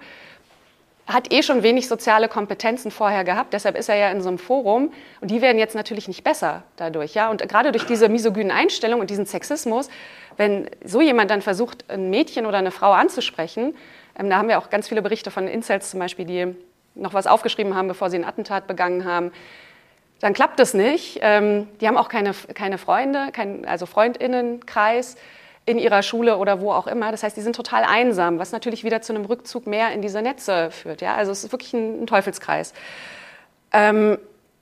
hat eh schon wenig soziale Kompetenzen vorher gehabt, deshalb ist er ja in so einem Forum und die werden jetzt natürlich nicht besser dadurch. Ja? Und gerade durch diese misogynen Einstellungen und diesen Sexismus, wenn so jemand dann versucht, ein Mädchen oder eine Frau anzusprechen, ähm, da haben wir auch ganz viele Berichte von Incels zum Beispiel, die noch was aufgeschrieben haben, bevor sie ein Attentat begangen haben, dann klappt es nicht. Ähm, die haben auch keine, keine Freunde, kein, also FreundInnenkreis in ihrer Schule oder wo auch immer. Das heißt, die sind total einsam, was natürlich wieder zu einem Rückzug mehr in diese Netze führt. Ja? Also es ist wirklich ein, ein Teufelskreis. Ähm,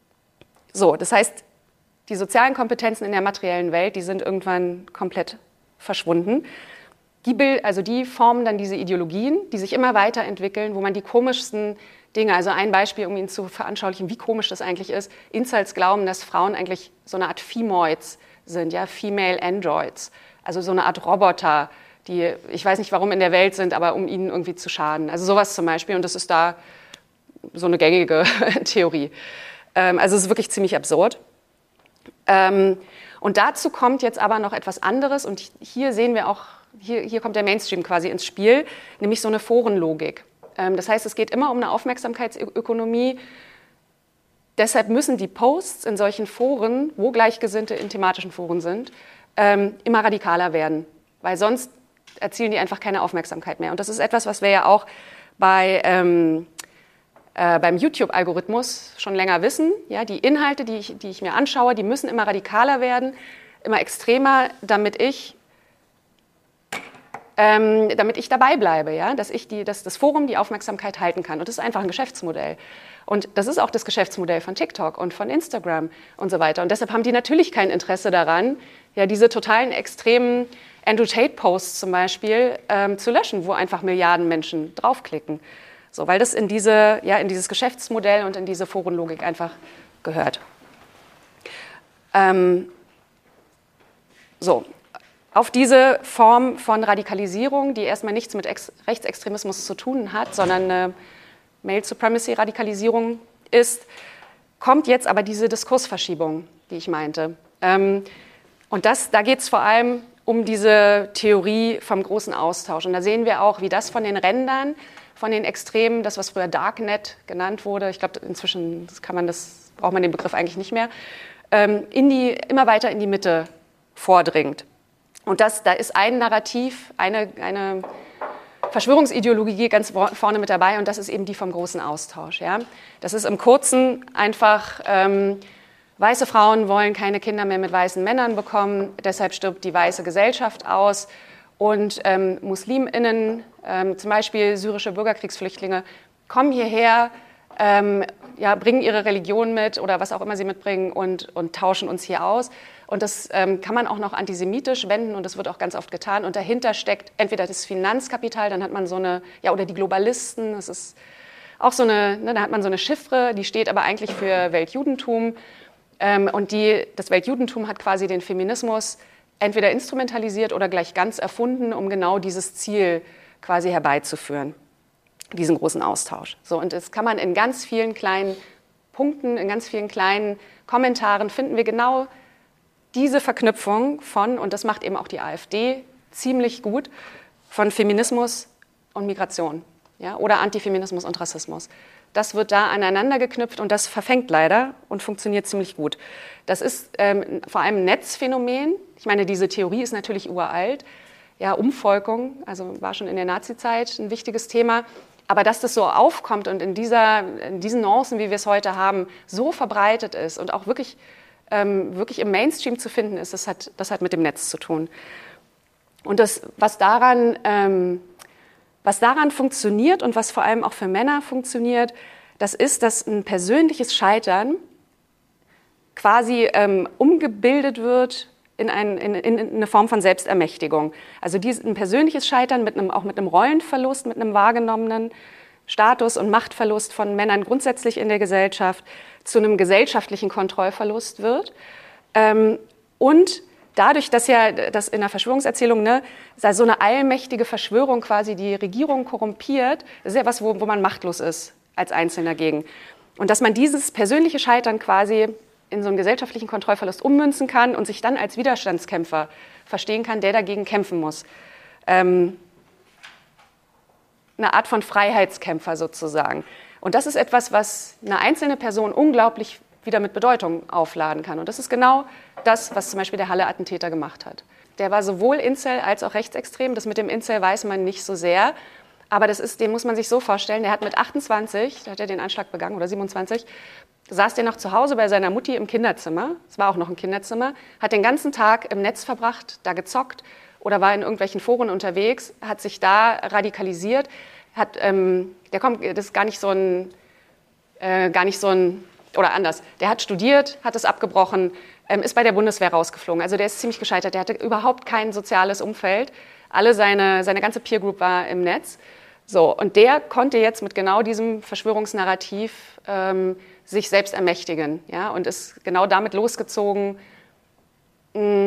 so, das heißt, die sozialen Kompetenzen in der materiellen Welt, die sind irgendwann komplett verschwunden. Die, Bild, also die formen dann diese Ideologien, die sich immer weiterentwickeln, wo man die komischsten Dinge, also ein Beispiel, um Ihnen zu veranschaulichen, wie komisch das eigentlich ist. Incels glauben, dass Frauen eigentlich so eine Art Femoids sind, ja, Female Androids. Also so eine Art Roboter, die, ich weiß nicht warum in der Welt sind, aber um ihnen irgendwie zu schaden. Also sowas zum Beispiel. Und das ist da so eine gängige Theorie. Ähm, also es ist wirklich ziemlich absurd. Ähm, und dazu kommt jetzt aber noch etwas anderes. Und hier sehen wir auch, hier, hier kommt der Mainstream quasi ins Spiel, nämlich so eine Forenlogik. Ähm, das heißt, es geht immer um eine Aufmerksamkeitsökonomie. Deshalb müssen die Posts in solchen Foren, wo Gleichgesinnte in thematischen Foren sind, ähm, immer radikaler werden, weil sonst erzielen die einfach keine Aufmerksamkeit mehr. Und das ist etwas, was wir ja auch bei, ähm, äh, beim YouTube-Algorithmus schon länger wissen. Ja, die Inhalte, die ich, die ich mir anschaue, die müssen immer radikaler werden, immer extremer, damit ich, ähm, damit ich dabei bleibe, ja? Dass ich die, dass das Forum die Aufmerksamkeit halten kann. Und das ist einfach ein Geschäftsmodell. Und das ist auch das Geschäftsmodell von TikTok und von Instagram und so weiter. Und deshalb haben die natürlich kein Interesse daran, ja, diese totalen extremen Andrew Tate-Posts zum Beispiel ähm, zu löschen, wo einfach Milliarden Menschen draufklicken. So, weil das in, diese, ja, in dieses Geschäftsmodell und in diese Forenlogik einfach gehört. Ähm, so, auf diese Form von Radikalisierung, die erstmal nichts mit Ex- Rechtsextremismus zu tun hat, sondern eine Male Supremacy-Radikalisierung ist, kommt jetzt aber diese Diskursverschiebung, die ich meinte. Ähm, und das, da geht es vor allem um diese Theorie vom großen Austausch. Und da sehen wir auch, wie das von den Rändern, von den Extremen, das, was früher Darknet genannt wurde, ich glaube, inzwischen das kann man das, braucht man den Begriff eigentlich nicht mehr, ähm, in die, immer weiter in die Mitte vordringt. Und das, da ist ein Narrativ, eine, eine Verschwörungsideologie ganz vorne mit dabei, und das ist eben die vom großen Austausch. Ja? Das ist im Kurzen einfach, ähm, weiße Frauen wollen keine Kinder mehr mit weißen Männern bekommen, deshalb stirbt die weiße Gesellschaft aus. Und ähm, MuslimInnen, ähm, zum Beispiel syrische Bürgerkriegsflüchtlinge, kommen hierher, ähm, ja, bringen ihre Religion mit oder was auch immer sie mitbringen und, und tauschen uns hier aus. Und das ähm, kann man auch noch antisemitisch wenden, und das wird auch ganz oft getan. Und dahinter steckt entweder das Finanzkapital, dann hat man so eine, ja, oder die Globalisten, das ist auch so eine, ne, da hat man so eine Chiffre, die steht aber eigentlich für Weltjudentum. Ähm, und die, das Weltjudentum hat quasi den Feminismus entweder instrumentalisiert oder gleich ganz erfunden, um genau dieses Ziel quasi herbeizuführen, diesen großen Austausch. So, und das kann man in ganz vielen kleinen Punkten, in ganz vielen kleinen Kommentaren finden wir genau diese Verknüpfung von, und das macht eben auch die AfD ziemlich gut, von Feminismus und Migration, ja, oder Antifeminismus und Rassismus. Das wird da aneinander geknüpft, und das verfängt leider und funktioniert ziemlich gut. Das ist ähm, vor allem ein Netzphänomen. Ich meine, diese Theorie ist natürlich uralt. Ja, Umvolkung, also war schon in der Nazizeit ein wichtiges Thema. Aber dass das so aufkommt und in, dieser, in diesen Nuancen, wie wir es heute haben, so verbreitet ist und auch wirklich, ähm, wirklich im Mainstream zu finden ist, das hat, das hat mit dem Netz zu tun. Und das, was daran... Ähm, Was daran funktioniert und was vor allem auch für Männer funktioniert, das ist, dass ein persönliches Scheitern quasi ähm, umgebildet wird in, ein, in, in eine Form von Selbstermächtigung. Also dies, ein persönliches Scheitern mit einem, auch mit einem Rollenverlust, mit einem wahrgenommenen Status- und Machtverlust von Männern grundsätzlich in der Gesellschaft zu einem gesellschaftlichen Kontrollverlust wird. Ähm, und dadurch, dass ja das in der Verschwörungserzählung, ne, so eine allmächtige Verschwörung quasi die Regierung korrumpiert, das ist ja was, wo, wo man machtlos ist als Einzelner gegen. Und dass man dieses persönliche Scheitern quasi in so einen gesellschaftlichen Kontrollverlust ummünzen kann und sich dann als Widerstandskämpfer verstehen kann, der dagegen kämpfen muss. Ähm, eine Art von Freiheitskämpfer sozusagen. Und das ist etwas, was eine einzelne Person unglaublich wieder mit Bedeutung aufladen kann. Und das ist genau das, was zum Beispiel der Halle-Attentäter gemacht hat. Der war sowohl Incel als auch rechtsextrem. Das mit dem Incel weiß man nicht so sehr. Aber das ist, den muss man sich so vorstellen, der hat mit achtundzwanzig, da hat er den Anschlag begangen, oder siebenundzwanzig, saß der noch zu Hause bei seiner Mutti im Kinderzimmer, es war auch noch ein Kinderzimmer, hat den ganzen Tag im Netz verbracht, da gezockt oder war in irgendwelchen Foren unterwegs, hat sich da radikalisiert, hat, ähm, der kommt, das ist gar nicht so ein, äh, gar nicht so ein, oder anders, der hat studiert, hat es abgebrochen, ähm, ist bei der Bundeswehr rausgeflogen. Also der ist ziemlich gescheitert, der hatte überhaupt kein soziales Umfeld. Alle seine, seine ganze Peer Group war im Netz. So, und der konnte jetzt mit genau diesem Verschwörungsnarrativ ähm, sich selbst ermächtigen, ja, und ist genau damit losgezogen, mh,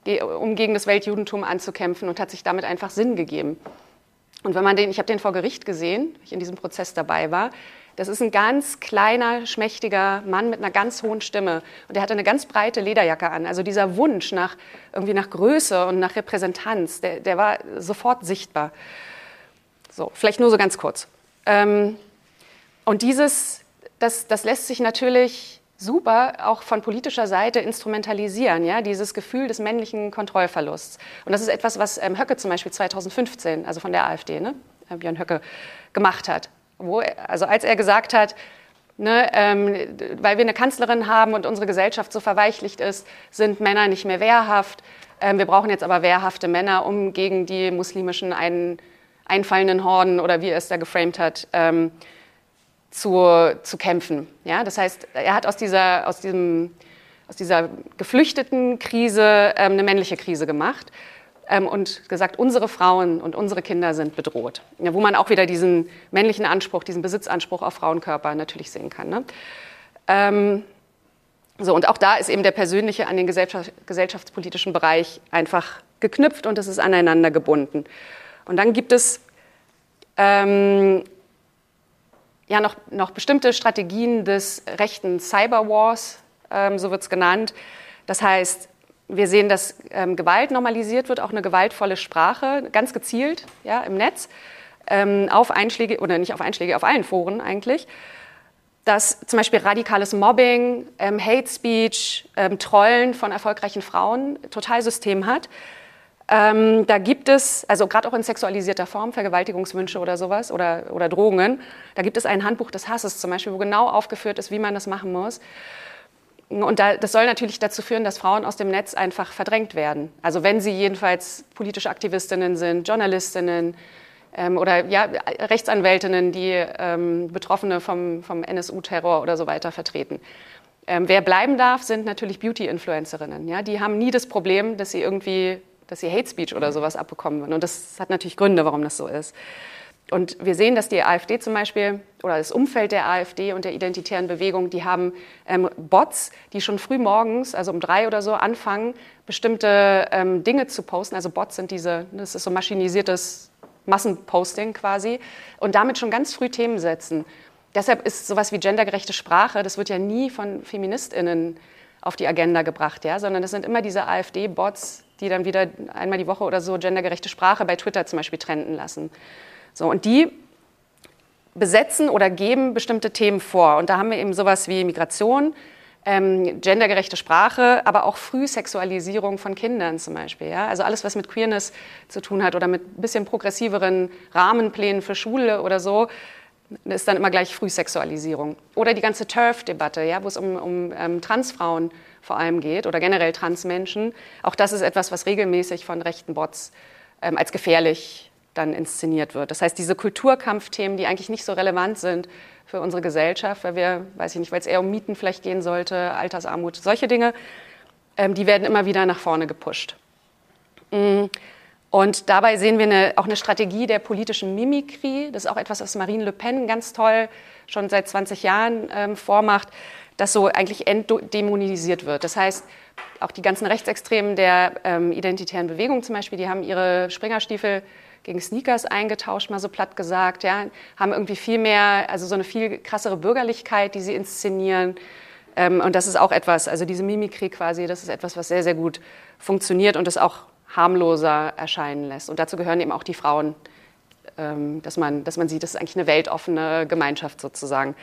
um gegen das Weltjudentum anzukämpfen und hat sich damit einfach Sinn gegeben. Und wenn man den, ich habe den vor Gericht gesehen, weil ich in diesem Prozess dabei war, das ist ein ganz kleiner, schmächtiger Mann mit einer ganz hohen Stimme. Und der hatte eine ganz breite Lederjacke an. Also dieser Wunsch nach, irgendwie nach Größe und nach Repräsentanz, der, der war sofort sichtbar. So, vielleicht nur so ganz kurz. Ähm, und dieses, das, das lässt sich natürlich super auch von politischer Seite instrumentalisieren, ja, dieses Gefühl des männlichen Kontrollverlusts. Und das ist etwas, was ähm, Höcke zum Beispiel zweitausendfünfzehn, also von der AfD, ne, Björn Höcke, gemacht hat. Wo, also als er gesagt hat, ne, ähm, weil wir eine Kanzlerin haben und unsere Gesellschaft so verweichlicht ist, sind Männer nicht mehr wehrhaft. Ähm, wir brauchen jetzt aber wehrhafte Männer, um gegen die muslimischen ein, einfallenden Horden oder wie er es da geframed hat, ähm, Zu, zu kämpfen. Ja? Das heißt, er hat aus dieser, aus diesem, aus dieser geflüchteten Krise ähm, eine männliche Krise gemacht ähm, und gesagt, unsere Frauen und unsere Kinder sind bedroht. Ja, wo man auch wieder diesen männlichen Anspruch, diesen Besitzanspruch auf Frauenkörper natürlich sehen kann. Ne? Ähm, so, und auch da ist eben der persönliche an den gesellschaft, gesellschaftspolitischen Bereich einfach geknüpft und es ist aneinander gebunden. Und dann gibt es ähm, ja, noch, noch bestimmte Strategien des rechten Cyberwars, ähm, so wird es genannt. Das heißt, wir sehen, dass ähm, Gewalt normalisiert wird, auch eine gewaltvolle Sprache, ganz gezielt, ja, im Netz, ähm, auf Einschläge, oder nicht auf Einschläge, auf allen Foren eigentlich. Dass zum Beispiel radikales Mobbing, ähm, Hate Speech, ähm, Trollen von erfolgreichen Frauen total System hat. Ähm, da gibt es, also gerade auch in sexualisierter Form, Vergewaltigungswünsche oder sowas oder, oder Drohungen, da gibt es ein Handbuch des Hasses zum Beispiel, wo genau aufgeführt ist, wie man das machen muss. Und da, das soll natürlich dazu führen, dass Frauen aus dem Netz einfach verdrängt werden. Also wenn sie jedenfalls politische Aktivistinnen sind, Journalistinnen ähm, oder ja, Rechtsanwältinnen, die ähm, Betroffene vom, vom N S U-Terror oder so weiter vertreten. Ähm, wer bleiben darf, sind natürlich Beauty-Influencerinnen. Ja? Die haben nie das Problem, dass sie irgendwie dass sie Hate Speech oder sowas abbekommen würden. Und das hat natürlich Gründe, warum das so ist. Und wir sehen, dass die AfD zum Beispiel oder das Umfeld der AfD und der identitären Bewegung, die haben ähm, Bots, die schon früh morgens, also um drei oder so, anfangen, bestimmte ähm, Dinge zu posten. Also Bots sind diese, das ist so maschinisiertes Massenposting quasi und damit schon ganz früh Themen setzen. Deshalb ist sowas wie gendergerechte Sprache, das wird ja nie von FeministInnen auf die Agenda gebracht, ja, sondern das sind immer diese AfD-Bots, die dann wieder einmal die Woche oder so gendergerechte Sprache bei Twitter zum Beispiel trenden lassen. So, und die besetzen oder geben bestimmte Themen vor. Und da haben wir eben sowas wie Migration, ähm, gendergerechte Sprache, aber auch Frühsexualisierung von Kindern zum Beispiel. Ja? Also alles, was mit Queerness zu tun hat oder mit ein bisschen progressiveren Rahmenplänen für Schule oder so, ist dann immer gleich Frühsexualisierung. Oder die ganze TERF-Debatte, ja, wo es um, um ähm, Transfrauen vor allem geht oder generell Transmenschen. Auch das ist etwas, was regelmäßig von rechten Bots ähm, als gefährlich dann inszeniert wird. Das heißt, diese Kulturkampfthemen, die eigentlich nicht so relevant sind für unsere Gesellschaft, weil wir, weiß ich nicht, weil es eher um Mieten vielleicht gehen sollte, Altersarmut, solche Dinge, ähm, die werden immer wieder nach vorne gepusht. Mm. Und dabei sehen wir eine, auch eine Strategie der politischen Mimikrie. Das ist auch etwas, was Marine Le Pen ganz toll schon seit zwanzig Jahren ähm, vormacht, dass so eigentlich entdämonisiert wird. Das heißt, auch die ganzen Rechtsextremen der ähm, identitären Bewegung zum Beispiel, die haben ihre Springerstiefel gegen Sneakers eingetauscht, mal so platt gesagt, ja, haben irgendwie viel mehr, also so eine viel krassere Bürgerlichkeit, die sie inszenieren. Ähm, und das ist auch etwas, also diese Mimikrie quasi, das ist etwas, was sehr, sehr gut funktioniert und das auch harmloser erscheinen lässt. Und dazu gehören eben auch die Frauen, ähm, dass man, dass man sieht, das ist eigentlich eine weltoffene Gemeinschaft sozusagen.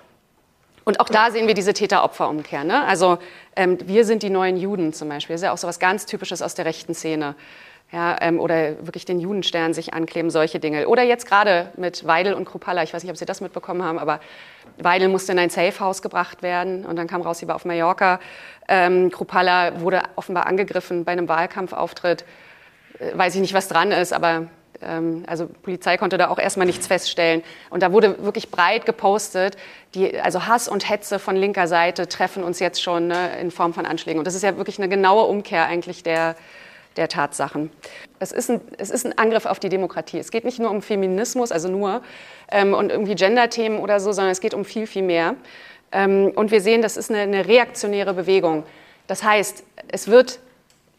Und auch da sehen wir diese Täter-Opfer-Umkehr. Ne? Also ähm, wir sind die neuen Juden zum Beispiel. Das ist ja auch so was ganz Typisches aus der rechten Szene. Ja, ähm, oder wirklich den Judenstern sich ankleben, solche Dinge. Oder jetzt gerade mit Weidel und Kruppalla, ich weiß nicht, ob Sie das mitbekommen haben, aber Weidel musste in ein Safehouse gebracht werden und dann kam raus, sie war auf Mallorca. Ähm, Kruppalla wurde offenbar angegriffen bei einem Wahlkampfauftritt. Äh, weiß ich nicht, was dran ist, aber ähm, also Polizei konnte da auch erstmal nichts feststellen. Und da wurde wirklich breit gepostet, die, also Hass und Hetze von linker Seite treffen uns jetzt schon, ne, in Form von Anschlägen. Und das ist ja wirklich eine genaue Umkehr eigentlich der der Tatsachen. Es ist, ein, es ist ein Angriff auf die Demokratie. Es geht nicht nur um Feminismus, also nur, ähm, und irgendwie Gender-Themen oder so, sondern es geht um viel, viel mehr. Ähm, und wir sehen, das ist eine, eine reaktionäre Bewegung. Das heißt, es wird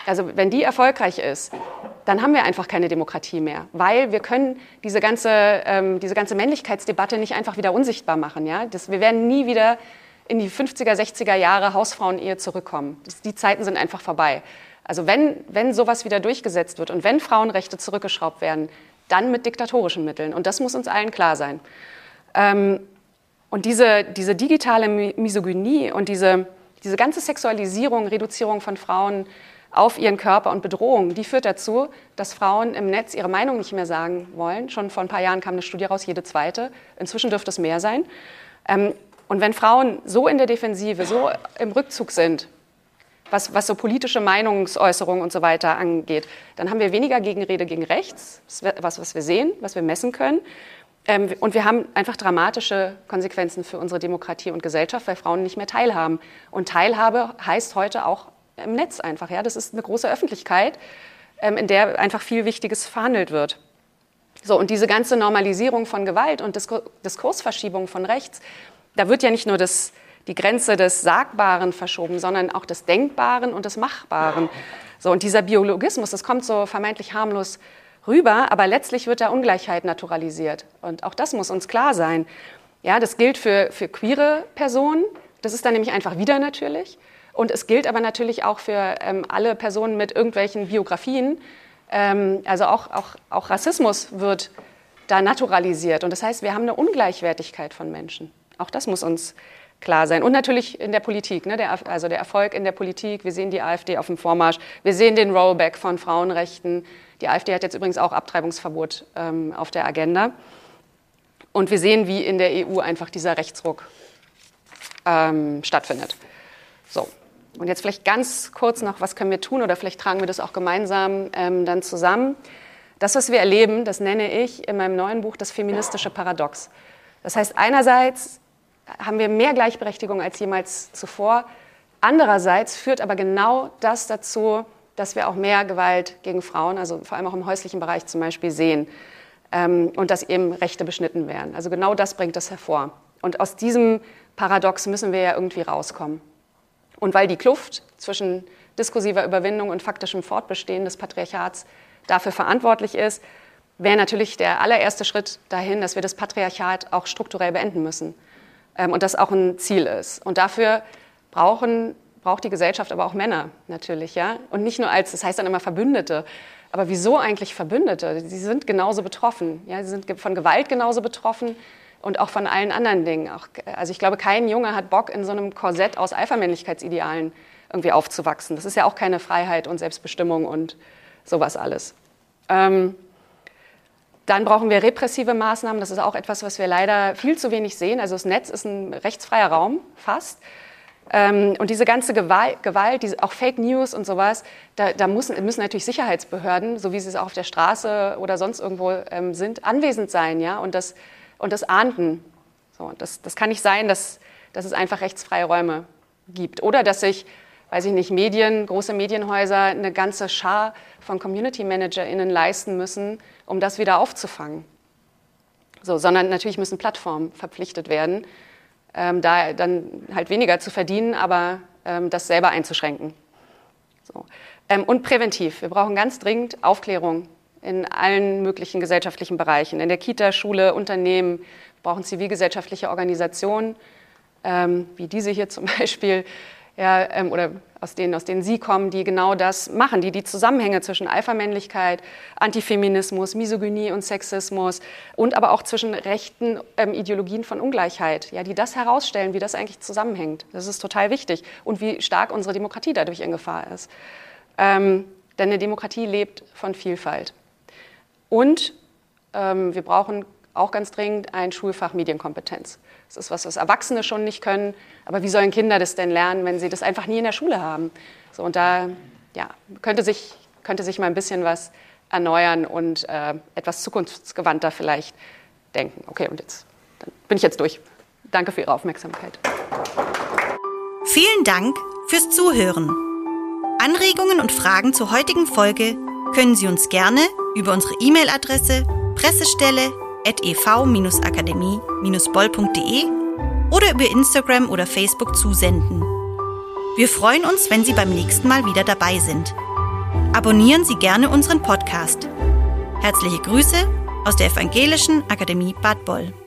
also wenn die erfolgreich ist, dann haben wir einfach keine Demokratie mehr, weil wir können diese ganze, ähm, diese ganze Männlichkeitsdebatte nicht einfach wieder unsichtbar machen. Ja? Das, wir werden nie wieder in die fünfziger, sechziger Jahre Hausfrauen-Ehe zurückkommen. Das, die Zeiten sind einfach vorbei. Also wenn, wenn sowas wieder durchgesetzt wird und wenn Frauenrechte zurückgeschraubt werden, dann mit diktatorischen Mitteln. Und das muss uns allen klar sein. Ähm, und diese, diese digitale Misogynie und diese, diese ganze Sexualisierung, Reduzierung von Frauen auf ihren Körper und Bedrohung, die führt dazu, dass Frauen im Netz ihre Meinung nicht mehr sagen wollen. Schon vor ein paar Jahren kam eine Studie raus, jede zweite. Inzwischen dürfte es mehr sein. Ähm, und wenn Frauen so in der Defensive, so im Rückzug sind, was, was so politische Meinungsäußerungen und so weiter angeht, dann haben wir weniger Gegenrede gegen rechts, was, was wir sehen, was wir messen können. Ähm, und wir haben einfach dramatische Konsequenzen für unsere Demokratie und Gesellschaft, weil Frauen nicht mehr teilhaben. Und Teilhabe heißt heute auch im Netz einfach. Ja? Das ist eine große Öffentlichkeit, ähm, in der einfach viel Wichtiges verhandelt wird. So, und diese ganze Normalisierung von Gewalt und Diskur- Diskursverschiebung von rechts, da wird ja nicht nur das, die Grenze des Sagbaren verschoben, sondern auch des Denkbaren und des Machbaren. So, und dieser Biologismus, das kommt so vermeintlich harmlos rüber, aber letztlich wird da Ungleichheit naturalisiert. Und auch das muss uns klar sein. Ja, das gilt für, für queere Personen, das ist dann nämlich einfach wieder natürlich. Und es gilt aber natürlich auch für ähm, alle Personen mit irgendwelchen Biografien. Ähm, also auch, auch, auch Rassismus wird da naturalisiert. Und das heißt, wir haben eine Ungleichwertigkeit von Menschen. Auch das muss uns klar sein. Und natürlich in der Politik, ne? der, also der Erfolg in der Politik. Wir sehen die AfD auf dem Vormarsch. Wir sehen den Rollback von Frauenrechten. Die AfD hat jetzt übrigens auch Abtreibungsverbot ähm, auf der Agenda. Und wir sehen, wie in der E U einfach dieser Rechtsruck ähm, stattfindet. So. Und jetzt vielleicht ganz kurz noch, was können wir tun, oder vielleicht tragen wir das auch gemeinsam ähm, dann zusammen. Das, was wir erleben, das nenne ich in meinem neuen Buch das feministische Paradox. Das heißt, einerseits haben wir mehr Gleichberechtigung als jemals zuvor. Andererseits führt aber genau das dazu, dass wir auch mehr Gewalt gegen Frauen, also vor allem auch im häuslichen Bereich zum Beispiel, sehen. Ähm, und dass eben Rechte beschnitten werden. Also genau das bringt das hervor. Und aus diesem Paradox müssen wir ja irgendwie rauskommen. Und weil die Kluft zwischen diskursiver Überwindung und faktischem Fortbestehen des Patriarchats dafür verantwortlich ist, wäre natürlich der allererste Schritt dahin, dass wir das Patriarchat auch strukturell beenden müssen. Ähm, und das auch ein Ziel ist. Und dafür brauchen, braucht die Gesellschaft aber auch Männer natürlich. Ja? Und nicht nur als, das heißt dann immer Verbündete. Aber wieso eigentlich Verbündete? Sie sind genauso betroffen. Ja? Sie sind von Gewalt genauso betroffen. Und auch von allen anderen Dingen. Auch, also ich glaube, kein Junge hat Bock, in so einem Korsett aus Alpha-Männlichkeitsidealen irgendwie aufzuwachsen. Das ist ja auch keine Freiheit und Selbstbestimmung und sowas alles. Ähm, dann brauchen wir repressive Maßnahmen. Das ist auch etwas, was wir leider viel zu wenig sehen. Also das Netz ist ein rechtsfreier Raum, fast. Ähm, und diese ganze Gewalt, Gewalt diese, auch Fake News und sowas, da, da müssen, müssen natürlich Sicherheitsbehörden, so wie sie es auch auf der Straße oder sonst irgendwo ähm, sind, anwesend sein. Ja? Und das Und das ahnden. So, das, das kann nicht sein, dass, dass es einfach rechtsfreie Räume gibt. Oder dass sich, weiß ich nicht, Medien, große Medienhäuser eine ganze Schar von Community-ManagerInnen leisten müssen, um das wieder aufzufangen. So, sondern natürlich müssen Plattformen verpflichtet werden, ähm, da dann halt weniger zu verdienen, aber ähm, das selber einzuschränken. So. Ähm, und präventiv. Wir brauchen ganz dringend Aufklärung in allen möglichen gesellschaftlichen Bereichen. In der Kita, Schule, Unternehmen, brauchen zivilgesellschaftliche Organisationen, ähm, wie diese hier zum Beispiel, ja, ähm, oder aus denen, aus denen Sie kommen, die genau das machen, die die Zusammenhänge zwischen Alpha-Männlichkeit, Antifeminismus, Misogynie und Sexismus und aber auch zwischen rechten ähm, Ideologien von Ungleichheit, ja, die das herausstellen, wie das eigentlich zusammenhängt. Das ist total wichtig und wie stark unsere Demokratie dadurch in Gefahr ist. Ähm, denn eine Demokratie lebt von Vielfalt. Und ähm, wir brauchen auch ganz dringend ein Schulfach Medienkompetenz. Das ist was, was Erwachsene schon nicht können. Aber wie sollen Kinder das denn lernen, wenn sie das einfach nie in der Schule haben? So, und da ja, könnte, sich, könnte sich mal ein bisschen was erneuern und äh, etwas zukunftsgewandter vielleicht denken. Okay, und jetzt dann bin ich jetzt durch. Danke für Ihre Aufmerksamkeit. Vielen Dank fürs Zuhören. Anregungen und Fragen zur heutigen Folge können Sie uns gerne über unsere E-Mail-Adresse pressestelle at e v akademie boll punkt de oder über Instagram oder Facebook zusenden. Wir freuen uns, wenn Sie beim nächsten Mal wieder dabei sind. Abonnieren Sie gerne unseren Podcast. Herzliche Grüße aus der Evangelischen Akademie Bad Boll.